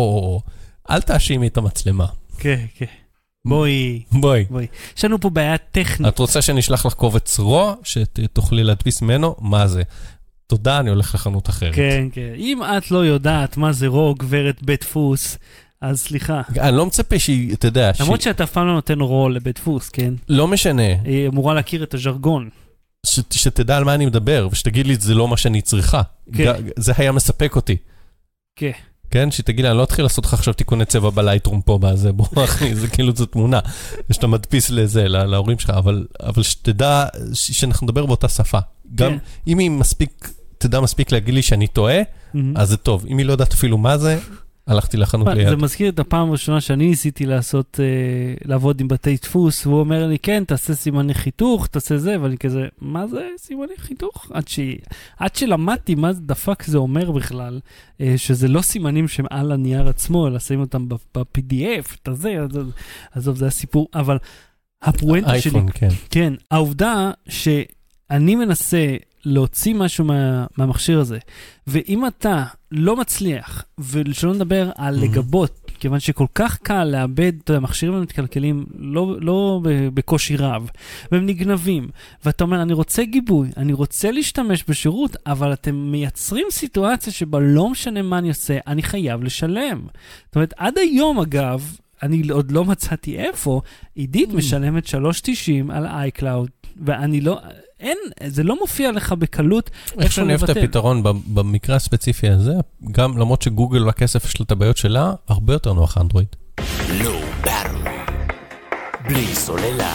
אל תאשימי את המצלמה. כן, כן. בואי. יש לנו פה בעיה טכנית. את רוצה שאני אשלח לך קובץ רוע, שתוכלי להדפיס ממנו? מה זה? תודה, אני הולך לחנות אחרת. כן, כן. אם את לא יודעת מה זה רוע, גברת בית דפוס, אז סליחה. אני לא מצפה שהיא, אתה יודע... למרות שאתה אף פעם לא נותן רוע לבית דפוס, כן? לא משנה. היא אמורה להכיר את הז'רגון. שתדע על מה אני מדבר, ושתגיד לי, זה לא מה שאני צריכה. זה היה מספק אותי. כן. כן, שתגיד לי, אני לא אתחיל לעשות לך עכשיו תיקוני צבע בלייטרום פה, בזה, בוא אחי, זה כאילו זו תמונה, שאתה מדפיס לזה, להורים שלך, אבל שתדע שאנחנו נדבר באותה שפה. גם אם היא מספיק, תדע מספיק להגיד לי שאני טועה, אז זה טוב. אם היא לא יודעת אפילו מה זה, הלכתי לחנות ליד. זה מזכיר את הפעם הראשונה שאני ניסיתי לעבוד עם בתי דפוס, והוא אומר לי, כן, תעשה סימני חיתוך, תעשה זה, ואני כזה, מה זה סימני חיתוך? עד שלמדתי מה דפק זה אומר בכלל, שזה לא סימנים שהם על הנייר עצמו, אלא שמים אותם ב-PDF, את הזה, עזוב, זה הסיפור, אבל הפואנטה שלי, כן, העובדה שאני מנסה להוציא משהו מהמכשיר הזה, ואם אתה לא מצליח, ושלא נדבר על לגבות, כיוון שכל כך קל לאבד את המכשירים המתקלקלים, לא בקושי רב, והם נגנבים, ואתה אומר, אני רוצה גיבוי, אני רוצה להשתמש בשירות, אבל אתם מייצרים סיטואציה שבה לא משנה מה אני עושה, אני חייב לשלם. זאת אומרת, עד היום אגב, אני עוד לא מצאתי איפה, עידית משלמת 3.90 על iCloud, ואני לא, זה לא מופיע לך בקלות. איך שאני אוהב את הפתרון במקרה הספציפי הזה, גם למרות שגוגל והכסף יש לה את הבעיות שלה, הרבה יותר נוח אנדרואיד. Low battery. בלי סוללה.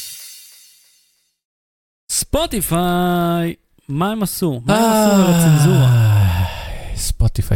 ספוטיפיי, מה הם עשו? מה הם עשו על הצנזורה? ספוטיפיי.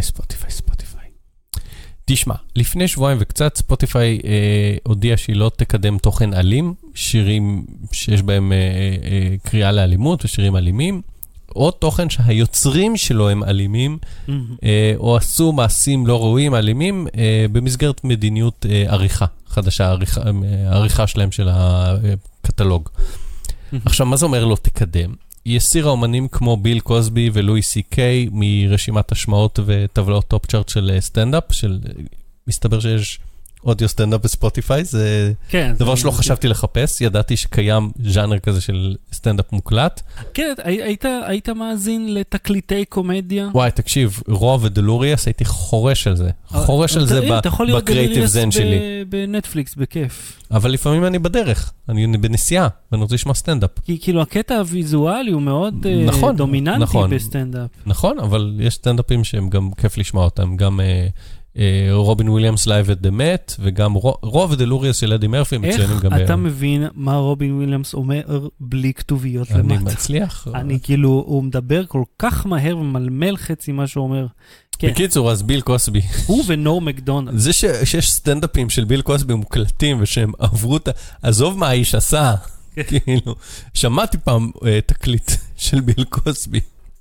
תשמע, לפני שבועיים וקצת, ספוטיפיי הודיע שהיא לא תקדם תוכן אלים, שירים שיש בהם קריאה לאלימות ושירים אלימים, או תוכן שהיוצרים שלו הם אלימים, או עשו מעשים לא ראויים אלימים, במסגרת מדיניות עריכה חדשה, העריכה שלהם של הקטלוג. עכשיו, מה זה אומר לא תקדם? היא הסירה אומנים כמו ביל קוסבי ולואי סי קיי מרשימת השמעות וטבלאות טופ צ'ארט של סטנדאפ, מסתבר שיש אודיו סטנדאפ בספוטיפיי, זה דבר שלא חשבתי לחפש, ידעתי שקיים ז'אנר כזה של סטנדאפ מוקלט. כן, היית מאזין לתקליטי קומדיה? וואי, תקשיב, רוע ודלוריאס, הייתי חורש על זה, חורש על זה בקריאטיב זן שלי. אתה יכול להיות דלוריאס בנטפליקס, בכיף. אבל לפעמים אני בדרך, אני בנסיעה, ואני רוצה לשמוע סטנדאפ. כי כאילו הקטע הוויזואלי הוא מאוד דומיננטי בסטנדאפ. נכון, אבל יש סטנדאפים שהם גם כיף לשמוע אותם, גם רובין וויליאמס לייב את דמט, וגם רוב ודלוריאס של אדי מרפי מצוינים גם... איך אתה מבין מה רובין וויליאמס אומר בלי כתוביות למטה? אני מצליח. אני כאילו, הוא מדבר כל כך מהר ומלמל חצי מה שהוא אומר. בקיצור, אז ביל קוסבי. הוא ונור מקדונלד. זה שיש סטנדאפים של ביל קוסבי מוקלטים, ושהם עברו את... עזוב מה האיש עשה. כאילו, שמעתי פעם תקליט של ביל קוסבי.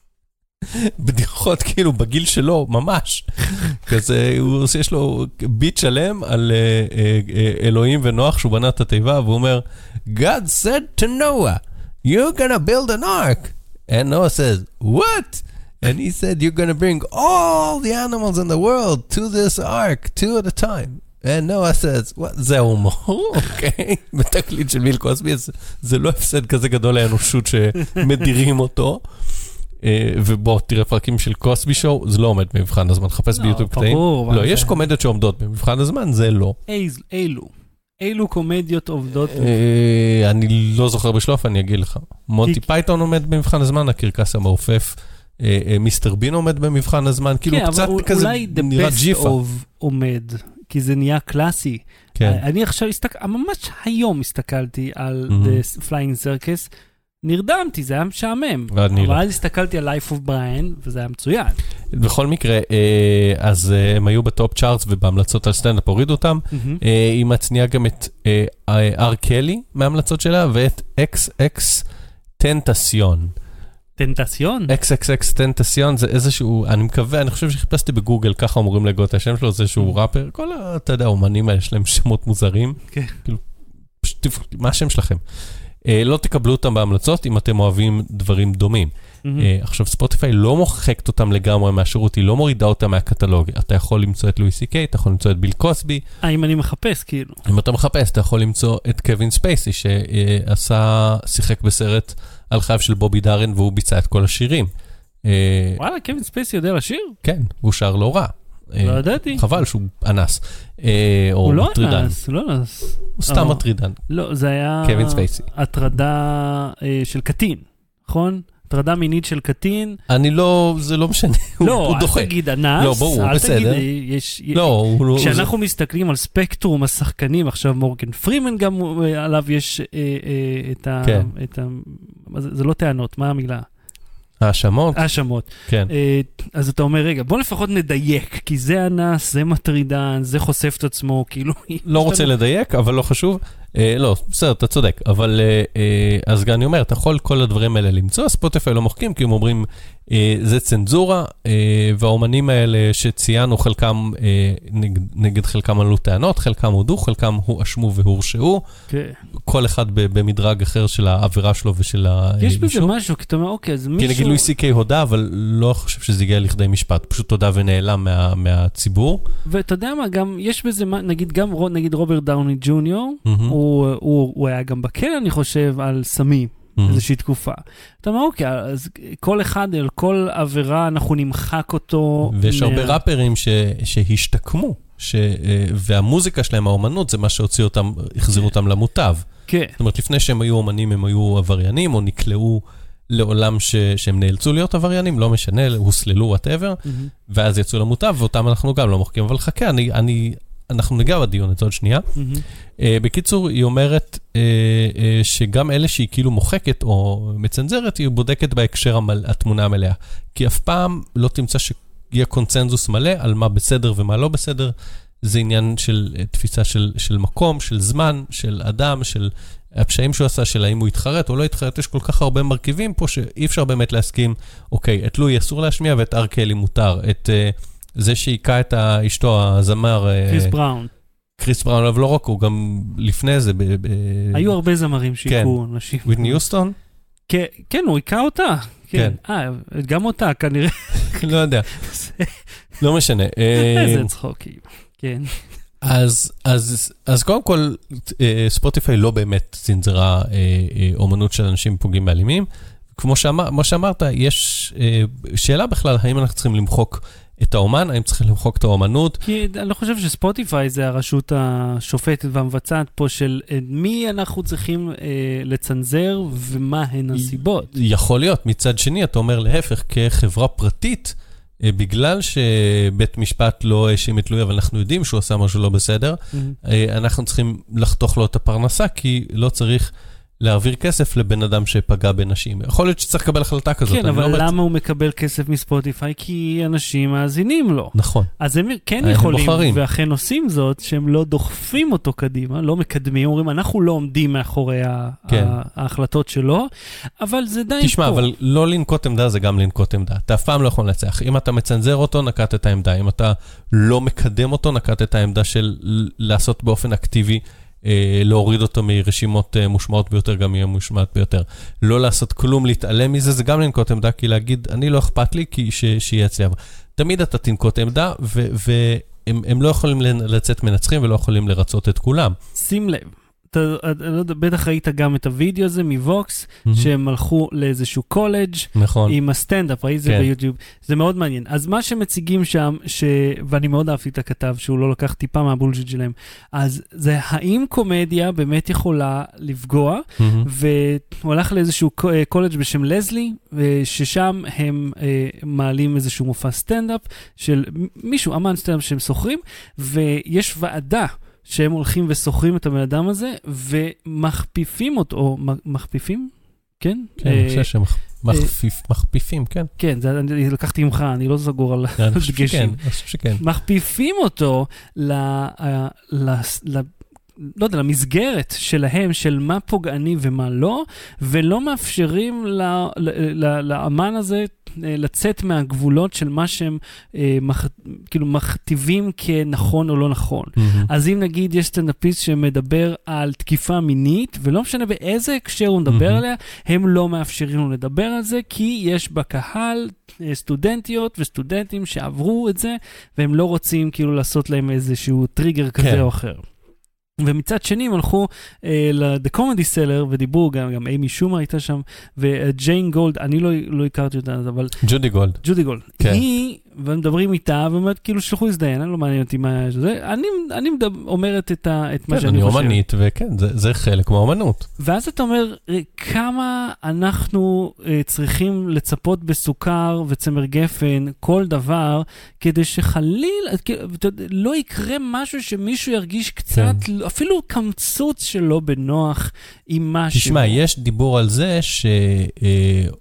בדיחות כאילו בגיל שלו, ממש. כזה, יש לו ביט שלם על אלוהים ונוח שהוא בנה את התיבה, והוא אומר, God said to Noah, you're gonna build an ark. And Noah says, what? And he said, you're gonna bring all the animals in the world to this ark, two at a time. And Noah says, what? זה הומור, אוקיי? בתקליט של ביל קוסבי, זה לא הפסד כזה גדול לאנושות שמדירים אותו. ובוא, תראה פרקים של קוסבי שואו, זה לא עומד במבחן הזמן, חפש ביוטיוב קטעים. לא, יש קומדיות שעומדות במבחן הזמן, זה לא. אילו קומדיות עובדות? אני לא זוכר בשלוף, אני אגיד לך. מונטי פייתון עומד במבחן הזמן, הקרקס המעופף, מיסטר בין עומד במבחן הזמן, כאילו קצת כזה נראה ג'יפה. אולי The Best of עומד, כי זה נהיה קלאסי. אני עכשיו ממש היום הסתכלתי על The Flying Circus, נרדמתי, זה היה משעמם. אבל אז הסתכלתי על Life of Brian, וזה היה מצוין. בכל מקרה, אז הם היו בטופ צ'ארטס, ובהמלצות על סטנדאפ הורידו אותם. היא מצניעה גם את אר קלי מההמלצות שלה, ואת XX טנטסיון. טנטסיון? XXX טנטסיון זה איזשהו, אני מקווה, אני חושב שחיפשתי בגוגל, ככה אמורים לגות את השם שלו, זה איזשהו ראפר, כל אתה יודע, האומנים האלה, יש להם שמות מוזרים. כאילו, מה השם שלכם? לא תקבלו אותם בהמלצות אם אתם אוהבים דברים דומים. עכשיו, ספוטיפיי לא מוחקת אותם לגמרי מהשירות, היא לא מורידה אותם מהקטלוג. אתה יכול למצוא את לואי סי קיי, אתה יכול למצוא את ביל קוסבי. אם אני מחפש, כאילו. אם אתה מחפש, אתה יכול למצוא את קווין ספייסי, שיחק בסרט על חייו של בובי דארן, והוא ביצע את כל השירים. וואלה, קווין ספייסי יודע לשיר? כן, הוא שר לא רע. לא ידעתי. חבל שהוא אנס. הוא לא אנס, הוא לא אנס. הוא סתם מטרידן. לא, זה היה... קווין ספייסי. הטרדה של קטין, נכון? הטרדה מינית של קטין. אני לא, זה לא משנה. לא, אל תגיד אנס. לא, ברור, בסדר. לא, כשאנחנו מסתכלים על ספקטרום השחקנים, עכשיו מורגן פרימן גם עליו יש את ה... זה לא טענות, מה המילה? האשמות. האשמות. כן. אז אתה אומר, רגע, בוא לפחות נדייק, כי זה אנס, זה מטרידן, זה חושף את עצמו, כאילו... לא רוצה לדייק, אבל לא חשוב. לא, בסדר, אתה צודק, אבל אז אני אומר, אתה יכול כל הדברים האלה למצוא, ספוטיפיי לא מוחקים, כי הם אומרים, זה צנזורה, והאומנים האלה שציינו, חלקם, נגד חלקם עלו טענות, חלקם הודו, חלקם הואשמו והורשעו, כל אחד במדרג אחר של העבירה שלו ושל האישור. יש בזה משהו, כי אתה אומר, אוקיי, אז מישהו... כי נגיד לואי סי-קיי הודה, אבל לא חושב שזה הגיע לכדי משפט, פשוט הודה ונעלם מהציבור. ואתה יודע מה, גם יש בזה, נגיד גם נגיד רוברט דאוני ג'וניור, הוא היה גם בכלא, אני חושב, על סמים, איזושהי תקופה. אתה אומר, אוקיי, אז כל אחד, על כל עבירה, אנחנו נמחק אותו. ויש הרבה ראפרים שהשתקמו, והמוזיקה שלהם, האומנות, זה מה שהוציא אותם, החזיר אותם למוטב. כן. זאת אומרת, לפני שהם היו אומנים, הם היו עבריינים, או נקלעו לעולם שהם נאלצו להיות עבריינים, לא משנה, הוסללו, whatever, ואז יצאו למוטב, ואותם אנחנו גם לא מוחקים. אבל חכה, אנחנו ניגע בדיון את זה עוד שנייה. בקיצור, היא אומרת שגם אלה שהיא כאילו מוחקת או מצנזרת, היא בודקת בהקשר התמונה המלאה. כי אף פעם לא תמצא שיהיה קונצנזוס מלא על מה בסדר ומה לא בסדר. זה עניין של תפיסה של מקום, של זמן, של אדם, של הפשעים שהוא עשה, של האם הוא יתחרט או לא יתחרט. יש כל כך הרבה מרכיבים פה שאי אפשר באמת להסכים, אוקיי, את לואי אסור להשמיע ואת ארקלי מותר. את... זה שהיקה את אשתו, הזמר... קריס בראון. קריס בראון, אבל לא רק, הוא גם לפני זה... היו הרבה זמרים שהיקו נשים. וויטני יוסטון? כן, הוא היקה אותה. כן. גם אותה, כנראה. לא יודע. לא משנה. איזה צחוקים. כן. אז קודם כל, ספוטיפיי לא באמת צנזרה אומנות של אנשים פוגעים באלימים. כמו שאמרת, יש שאלה בכלל, האם אנחנו צריכים למחוק את האומן, האם צריכים למחוק את האומנות? כי אני לא חושב שספוטיפיי זה הרשות השופטת והמבצעת פה של מי אנחנו צריכים לצנזר ומה הן הסיבות. יכול להיות. מצד שני, אתה אומר להפך, כחברה פרטית, בגלל שבית משפט לא האשים את לואי, אבל אנחנו יודעים שהוא עשה משהו לא בסדר, אנחנו צריכים לחתוך לו את הפרנסה, כי לא צריך להעביר כסף לבן אדם שפגע בנשים. יכול להיות שצריך לקבל החלטה כזאת. כן, אבל למה הוא מקבל כסף מספוטיפיי? כי אנשים מאזינים לו. נכון. אז הם כן יכולים, ואכן עושים זאת, שהם לא דוחפים אותו קדימה, לא מקדמים, אומרים, אנחנו לא עומדים מאחורי ההחלטות שלו, אבל זה די פה. תשמע, אבל לא לנקוט עמדה זה גם לנקוט עמדה. אתה אף פעם לא יכול לנצח. אם אתה מצנזר אותו, נקט את העמדה. אם אתה לא מקדם אותו, נקט את העמדה של לעשות באופן אקטיבי להוריד אותו מרשימות מושמעות ביותר, גם יהיה מושמעת ביותר. לא לעשות כלום, להתעלם מזה, זה גם לנקוט עמדה, כי להגיד, אני לא אכפת לי, כי שיהיה אצלי. תמיד אתה תנקוט עמדה, והם לא יכולים לצאת מנצחים, ולא יכולים לרצות את כולם. שים לב, אתה בטח ראית גם את הוידאו הזה מווקס, שהם הלכו לאיזשהו קולג' עם הסטנדאפ, ראית זה ביוטיוב, זה מאוד מעניין. אז מה שמציגים שם, ואני מאוד אהבתי את הכתב, שהוא לא לקח טיפה מהבולשיט שלהם, אז זה האם קומדיה באמת יכולה לפגוע, והוא הלך לאיזשהו קולג' בשם לזלי, ששם הם מעלים איזשהו מופע סטנדאפ, של מישהו, אמן סטנדאפ שהם סוחרים, ויש ועדה, שהם הולכים וסוחרים את הבן אדם הזה, ומכפיפים אותו, או מכפיפים? כן? כן, אני חושב שמכפיפים, כן. כן, אני לקחתי ממך, אני לא סגור על דגשים. אני חושב שכן. מכפיפים אותו לא יודע, למסגרת שלהם, של מה פוגעני ומה לא, ולא מאפשרים לאמן הזה לצאת מהגבולות של מה שהם כאילו מכתיבים כנכון או לא נכון. אז אם נגיד יש סטנדאפיסט שמדבר על תקיפה מינית, ולא משנה באיזה הקשר הוא מדבר עליה, הם לא מאפשרים לו לדבר על זה, כי יש בקהל סטודנטיות וסטודנטים שעברו את זה, והם לא רוצים כאילו לעשות להם איזשהו טריגר כזה או אחר. ומצד שני הם הלכו ל-The Comedy Cellar ודיברו, גם אימי שומר הייתה שם, וג'יין גולד, אני לא הכרתי אותה, אבל... ג'ודי גולד. ג'ודי גולד. היא, ומדברים איתה, ואומרת, כאילו שלחו הזדיין, אני לא מעניין אותי מה זה, אני אומרת את מה שאני חושב. אני אומנית, וכן, זה חלק מהאומנות. ואז אתה אומר, כמה אנחנו צריכים לצפות בסוכר וצמר גפן, כל דבר, כדי שחליל, לא יקרה משהו שמישהו ירגיש קצת, אפילו קמצוץ שלו בנוח עם משהו. תשמע, יש דיבור על זה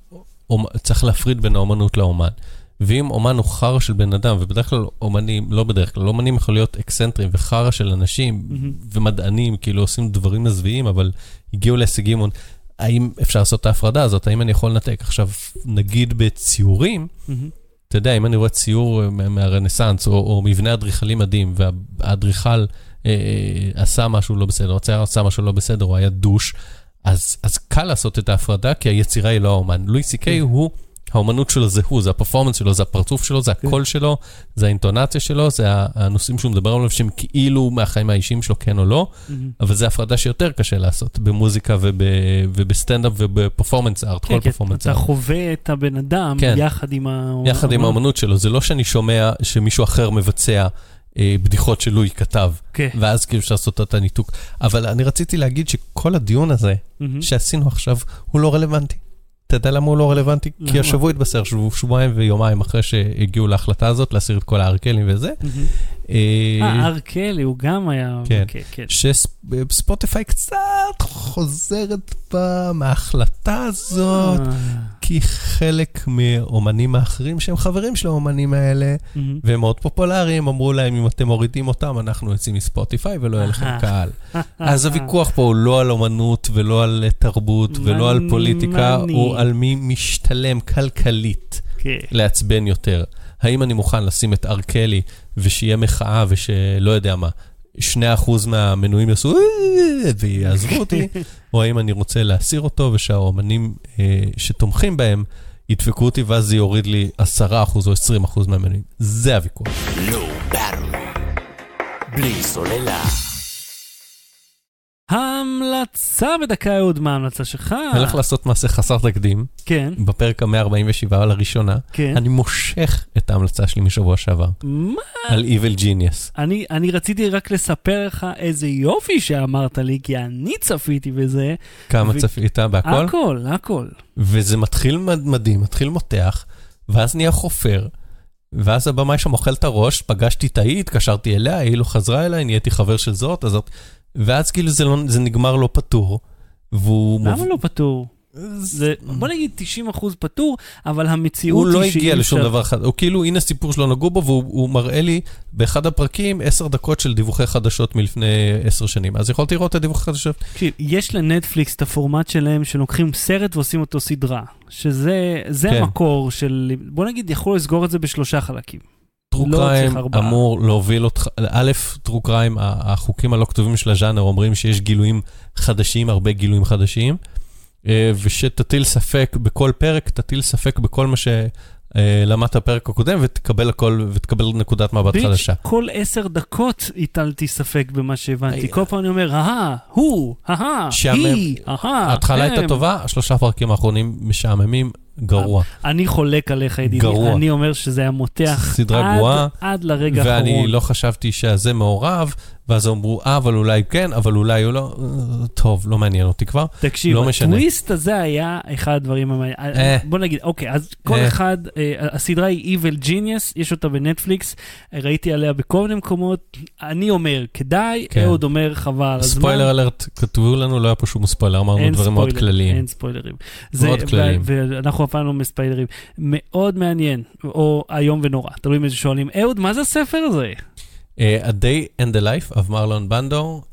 צריך להפריד בין האומנות לאומן. ואם אומן הוא חרא של בן אדם, ובדרך כלל אומנים, לא בדרך כלל, אומנים יכול להיות אקסנטרים וחרא של אנשים ומדענים, כאילו עושים דברים מזוויעים, אבל הגיעו להישגים, האם אפשר לעשות את ההפרדה הזאת? האם אני יכול לנתק? עכשיו, נגיד בציורים, אתה יודע, אם אני רואה ציור מהרנסנס, או מבנה אדריכלי מדהים, והאדריכל עשה משהו לא בסדר, הצייר עשה משהו לא בסדר, הוא היה דוש, אז קל לעשות את ההפרדה, כי היצירה היא לא האומן. לואי סי-קיי הוא, האומנות שלו זה הוא, זה הפרפורמנס שלו, זה הפרצוף שלו, זה הקול שלו, זה האינטונציה שלו, זה הנושאים שהוא מדבר עליו, שהם כאילו מהחיים האישיים שלו, כן או לא, אבל זה הפרדה שיותר קשה לעשות, במוזיקה ובסטנדאפ ובפרפורמנס ארט, כל פרפורמנס ארט. אתה חווה את הבן אדם יחד עם האומנות. יחד עם האומנות שלו, זה לא שאני שומע שמישהו אחר מבצע בדיחות שלו כתב, ואז כאילו אפשר לעשות את הניתוק. אבל אני רציתי להגיד שכל הדיון הזה שעשינו עכשיו, הוא לא רלוונטי. אתה יודע למה הוא לא רלוונטי? כי השבוע התבשר, שבועיים ויומיים אחרי שהגיעו להחלטה הזאת, להסיר את כל הארקלים וזה. הארקלי, הוא גם היה... כן, שספוטיפיי קצת חוזרת מההחלטה הזאת, כי חלק מאומנים האחרים שהם חברים של האומנים האלה, והם מאוד פופולריים, אמרו להם, אם אתם מורידים אותם, אנחנו יוצאים מספוטיפיי ולא יהיה לכם קהל. אז הוויכוח פה הוא לא על אומנות ולא על תרבות ולא על פוליטיקה, הוא על מי משתלם כלכלית לעצבן יותר. האם אני מוכן לשים את ארקלי ושיהיה מחאה ושלא יודע מה, 2% מהמנויים יעשו ויעזבו אותי, או האם אני רוצה להסיר אותו ושהאומנים שתומכים בהם ידפקו אותי ואז זה יוריד לי 10% או 20% מהמנויים. זה הוויכוח. Low Battery בלי סוללה. ההמלצה בדקה עוד מה ההמלצה שלך? אני הולך לעשות מעשה חסר תקדים. כן. בפרק ה-147 על הראשונה. כן. אני מושך את ההמלצה שלי משבוע שעבר. מה? על Evil Genius. אני rציתי רק לספר לך איזה יופי שאמרת לי, כי אני צפיתי בזה. כמה צפית? בהכל? הכל. וזה מתחיל מדהים, מתחיל מותח, ואז נהיה חופר. ואז הבמה שם אוכל את הראש, פגשתי תאי, התקשרתי אליה, היא לא חזרה אליי, נהייתי חבר של זאת, הזאת. ואז כאילו זה נגמר לא פתור. למה לא פתור? בוא נגיד 90% פתור, אבל המציאות היא הוא לא הגיע לשום דבר אחד. הוא כאילו, הנה סיפור שלו נגעו בו, והוא מראה לי באחד הפרקים 10 דקות של דיווחי חדשות מלפני 10 שנים. אז יכולתי לראות את הדיווחי חדשות. יש לנטפליקס את הפורמט שלהם, שלוקחים סרט ועושים אותו סדרה. שזה המקור של, בוא נגיד, יכול לסגור את זה ב3 חלקים. טרוקריים אמור להוביל אותך, א', טרוקריים, החוקים הלא כתובים של הז'אנר אומרים שיש גילויים חדשים, הרבה גילויים חדשים, ושתטיל ספק בכל פרק, תטיל ספק בכל מה שלמדת הפרק הקודם, ותקבל הכל, ותקבל נקודת מבט חדשה. כל 10 דקות הטלתי ספק במה שהבנתי. כל פעם אני אומר, הוא, היא, ההתחלה הייתה טובה, 3 פרקים האחרונים משעממים, גרוע. אני חולק עליך, ידידי. אני אומר שזה היה מותח עד לרגע האחרון. ואני לא חשבתי שזה מעורב, ואז אמרו, אבל אולי כן, אבל אולי הוא לא... טוב, לא מעניין אותי כבר. תקשיב, הטוויסט הזה היה אחד הדברים המעניינים. בוא נגיד, אוקיי, אז כל אחד, הסדרה היא Evil Genius, יש אותה בנטפליקס, ראיתי עליה בכל מיני מקומות, אני אומר, כדאי, אהוד אומר, חבל. ספוילר אלרט, כתבו לנו, לא היה פה שום ספוילר, אמרנו דברים מאוד כלליים. אין ספוילרים. מאוד כלליים. ואנחנו הפעם לא מספיילרים. מאוד מעניין, או היום ונורא. תלוי אם איזה שואלים, אהוד, מה זה הספר הזה? A Day and the Life of מרלון בנדו,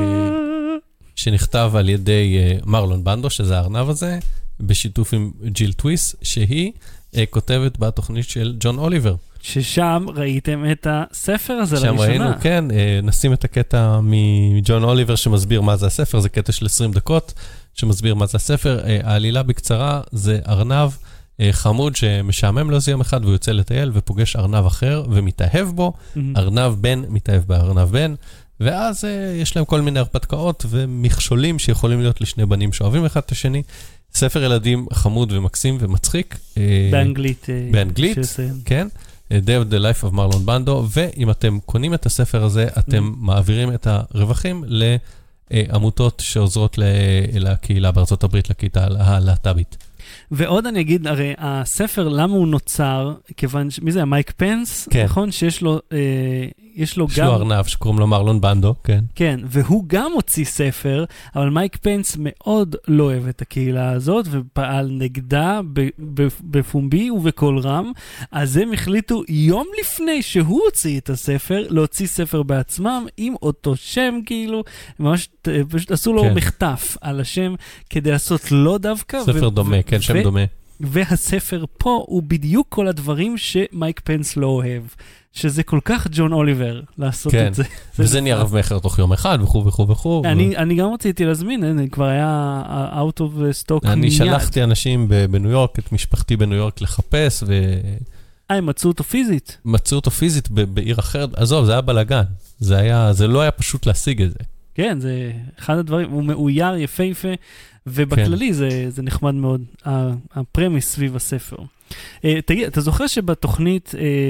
שנכתב על ידי מרלון בנדו, שזה הארנב הזה, בשיתוף עם ג'יל טוויס, שהיא כותבת בתוכנית של ג'ון אוליבר. ששם ראיתם את הספר הזה לראשונה. שם ראינו, כן, נשים את הקטע מג'ון אוליבר שמסביר מה זה הספר, זה קטע של 20 דקות שמסביר מה זה הספר. העלילה בקצרה זה ארנב, חמוד שמשעמם לו יום אחד והוא יוצא לטייל ופוגש ארנב אחר ומתאהב בו, ארנב בן מתאהב בארנב בן, ואז יש להם כל מיני הרפתקאות ומכשולים שיכולים להיות לשני בנים שאוהבים אחד את השני. ספר ילדים חמוד ומקסים ומצחיק. באנגלית. באנגלית, כן. Day of the Life of מרלון בנדו, ואם אתם קונים את הספר הזה, אתם מעבירים את הרווחים לעמותות שעוזרות לקהילה בארצות הברית, לקהילה הלהט"בית. ועוד אני אגיד, הרי הספר, למה הוא נוצר, כיוון, מי זה, מייק פנס, כן. נכון? שיש לו, יש לו יש גם... לו ארנב שקוראים לו מרלון בנדו, כן. כן, והוא גם הוציא ספר, אבל מייק פנס מאוד לא אוהב את הקהילה הזאת, ופעל נגדה בפומבי ובקול רם, אז הם החליטו יום לפני שהוא הוציא את הספר, להוציא ספר בעצמם, עם אותו שם כאילו, ממש פשוט עשו לו מחטף על השם, כדי לעשות לא דווקא. ספר דומה, כן, שם דומה. והספר פה הוא בדיוק כל הדברים שמייק פנס לא אוהב. שזה כל כך ג'ון אוליבר לעשות כן. את זה. וזה נהיה רב מחר תוך יום אחד, וכו' וכו' וכו'. אני גם רציתי להזמין, כבר היה out of stock מיד. אני שלחתי אנשים בניו יורק, את משפחתי בניו יורק לחפש, הם מצאו אותו פיזית? מצאו אותו פיזית בעיר אחרת, עזוב, זה היה בלגן. זה לא היה פשוט להשיג את זה. כן, זה אחד הדברים, הוא מאויר יפהפה, ובכללי זה נחמד מאוד, הפרמיס סביב הספר. תגיד, אתה זוכר שבתוכנית,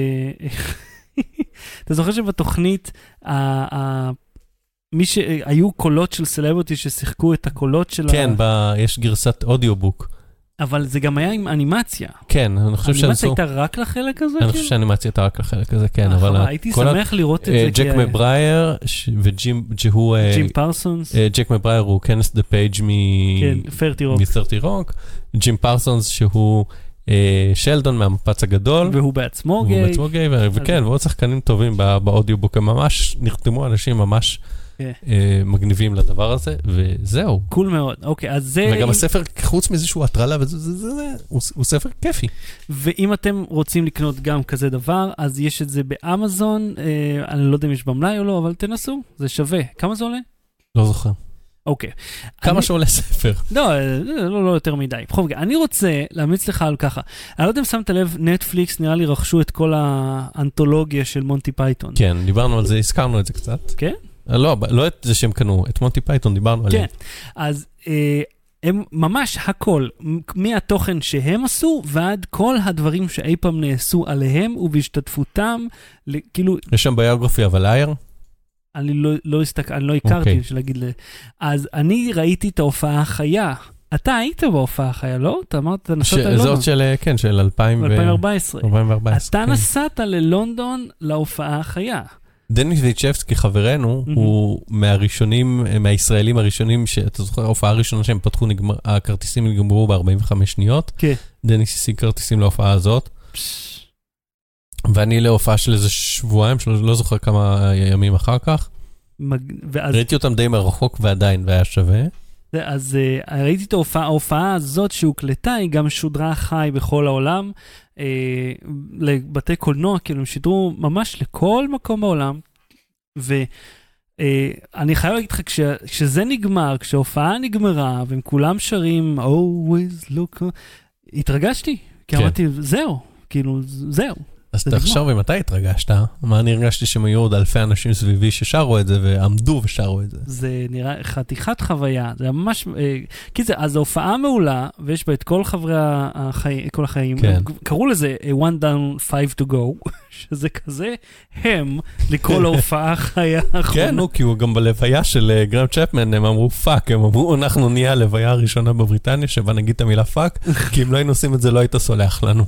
מי שהיו קולות של סלבריטי ששיחקו את הקולות של... כן, יש גרסת אודיובוק. אבל זה גם היה עם אנימציה. כן, אני חושב האנימציה הייתה רק לחלק הזה? אני חושב שהאנימציה הייתה רק לחלק הזה, כן. הייתי שמח לראות את זה. ג'ק מברייר ג'ים פרסונס. ג'ק מברייר הוא כנס דה פייג' מ-30 רוק. ג'ים פרסונס שהוא שלדון מהמפץ הגדול. והוא בעצמו גיי. וכן, ועוד שחקנים טובים באודיובוק. הם ממש נחתמו אנשים ממש... מגניבים לדבר הזה, וזהו. קול מאוד. אוקיי, אז זה... וגם הספר, חוץ מזה שהוא הטרלה, הוא ספר כיפי. ואם אתם רוצים לקנות גם כזה דבר, אז יש את זה באמזון, אני לא יודע אם יש במלאי או לא, אבל תנסו, זה שווה. כמה זה עולה? לא זוכר. אוקיי. כמה שעולה ספר? לא יותר מדי. בכל זאת, אני רוצה להמיץ לך על ככה. אני לא יודע אם שמת לב, נטפליקס נראה לי רכשו את כל האנתולוגיה של מונטי פייתון. כן, דיברנו על זה, הזכרנו את זה קצת. כן? לא את זה שהם קנו, את מונטי פייתון דיברנו עליהם. כן, אז הם ממש הכל, מהתוכן שהם עשו, ועד כל הדברים שאי פעם נעשו עליהם, ובהשתתפותם, כאילו... יש שם ביוגרפיה, אבל אייר? אני לא הכרתי, של להגיד אז אני ראיתי את ההופעה החיה. אתה היית בהופעה החיה, לא? אתה אמרת, נסעת ללונדון. זאת של, כן, של 2014. 2014. אתה נסעת ללונדון להופעה החיה. דניס ויצ'בסקי, חברנו, הוא מהראשונים, מהישראלים הראשונים, שאתה זוכר, ההופעה הראשונה שהם פתחו, הכרטיסים נגמרו ב-45 שניות. כן. דניס השיג כרטיסים להופעה הזאת. ואני להופעה של איזה שבועיים, לא זוכר כמה ימים אחר כך. ראיתי אותם די מרחוק ועדיין, והיה שווה. אז ראיתי את ההופעה הזאת שהוקלטה, היא גם שודרה חי בכל העולם, לבתי קולנוע, כאילו הם שידרו ממש לכל מקום בעולם, ואני חייב להגיד לך, כשזה נגמר, כשההופעה נגמרה, והם כולם שרים, always look, התרגשתי, כי אמרתי, זהו, כאילו, זהו. אז תחשוב אם אתה התרגשת, מה אני הרגשתי שהם היו עוד אלפי אנשים סביבי ששרו את זה ועמדו ושרו את זה. זה נראה חתיכת חוויה, זה ממש, כי זה, אז ההופעה מעולה, ויש בה את כל חברי כל החיים, קראו לזה one down, 5 to go, שזה כזה הם לקרוא להופעה החיה. כן, נו, כי הוא גם בלוויה של גרם צ'פמן, הם אמרו פאק, הם אמרו, אנחנו נהיה הלוויה הראשונה בבריטניה, שבה נגיד את המילה פאק, כי אם לא היינו עושים את זה, לא היית סולח לנו.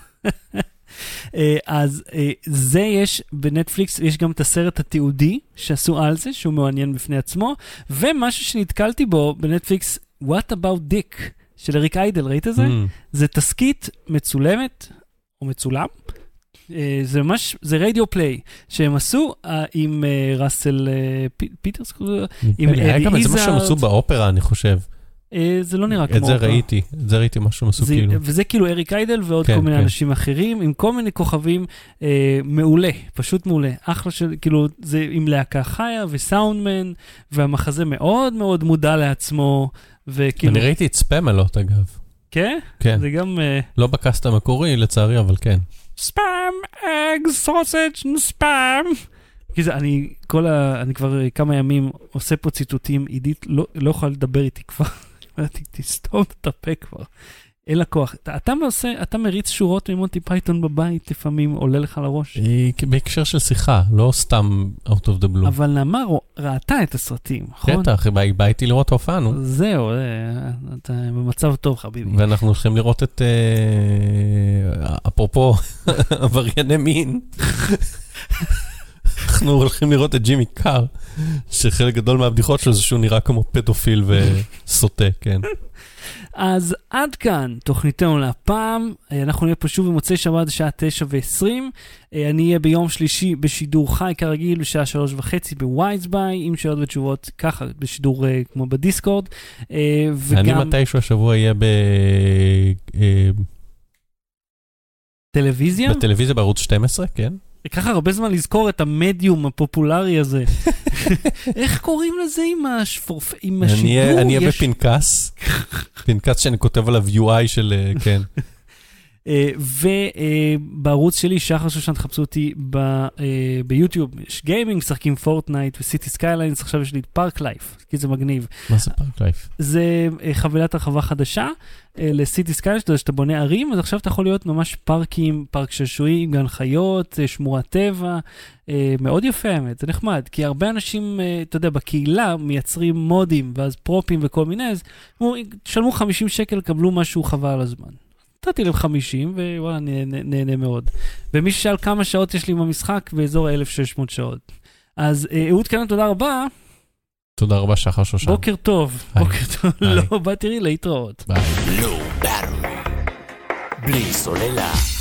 אז זה יש בנטפליקס, יש גם את הסרט התיעודי שעשו על זה, שהוא מעניין בפני עצמו, ומשהו שנתקלתי בו בנטפליקס, What About Dick, של אריק איידל, ראית את זה? זה תסקית מצולמת, או מצולם, זה ממש, זה רדיו פליי, שהם עשו עם ראסל פיטרס, עם אדי איזארד. זה מה שהם עשו באופרה, אני חושב. זה לא נראה כמו... את זה ראיתי משהו מסוג כאילו. וזה כאילו אריק איידל ועוד כל מיני אנשים אחרים, עם כל מיני כוכבים מעולה, פשוט מעולה. אחלה של, כאילו, זה עם להקה חיה וסאונדמן, והמחזה מאוד מאוד מודע לעצמו, וכאילו... אני ראיתי את ספאמלוט אגב. כן? כן. זה גם... לא בקאסט המקורי לצערי, אבל כן. ספאם, אג, סוסג', ספאם. כי זה, אני כבר כמה ימים עושה פה ציטוטים, עידית לא יכולה לדבר איתי כבר. תסתום את הפה כבר. אין הכוח. אתה מריץ שורות ממונטי פייתון בבית, לפעמים עולה לך לראש. בהקשר של שיחה, לא סתם out of the blue. אבל נאמר, ראתה את הסרטים, נכון? בטח, בא איתי לראות הופעה, נו. זהו, אתה במצב טוב, חביבי. ואנחנו הולכים לראות את, אפרופו, עברייני מין. אנחנו הולכים לראות את ג'ימי קאר, שחלק גדול מהבדיחות שלו זה שהוא נראה כמו פדופיל וסוטה, כן. אז עד כאן תוכניתנו להפעם, אנחנו נהיה פה שוב במוצאי שבת בשעה 9:20, אני אהיה ביום שלישי בשידור חי כרגיל בשעה 3:30 בווייזביי, עם שאלות ותשובות ככה בשידור כמו בדיסקורד. אני מתישהו השבוע אהיה טלוויזיה? בטלוויזיה בערוץ 12, כן. ככה הרבה זמן לזכור את המדיום הפופולרי הזה. איך קוראים לזה עם השידור? אני אהיה בפנקס, פנקס שאני כותב עליו UI של, כן. ובערוץ שלי, שחר שושן, תחפשו אותי ביוטיוב, יש גיימינג, משחקים פורטנייט וסיטי סקייליינס, עכשיו יש לי את פארק לייף, כי זה מגניב. מה זה פארק לייף? זה חבילת הרחבה חדשה לסיטי סקייליינס, שאתה בונה ערים, אז עכשיו אתה יכול להיות ממש פארקים, פארק שעשועים, גן חיות, שמורת טבע, מאוד יפה האמת, זה נחמד, כי הרבה אנשים, אתה יודע, בקהילה מייצרים מודים, ואז פרופים וכל מיני, אז תשלמו 50 שקל, קבלו משהו חבל על הזמן. נתתי להם 50, ווואלה, נהנה מאוד. ומי ששאל כמה שעות יש לי במשחק, באזור 1,600 שעות. אז אהוד קנן, תודה רבה. תודה רבה, שחר שושן. בוקר טוב. בוקר טוב. לא, בא תראי להתראות. ביי. Low Battery. בלי סוללה.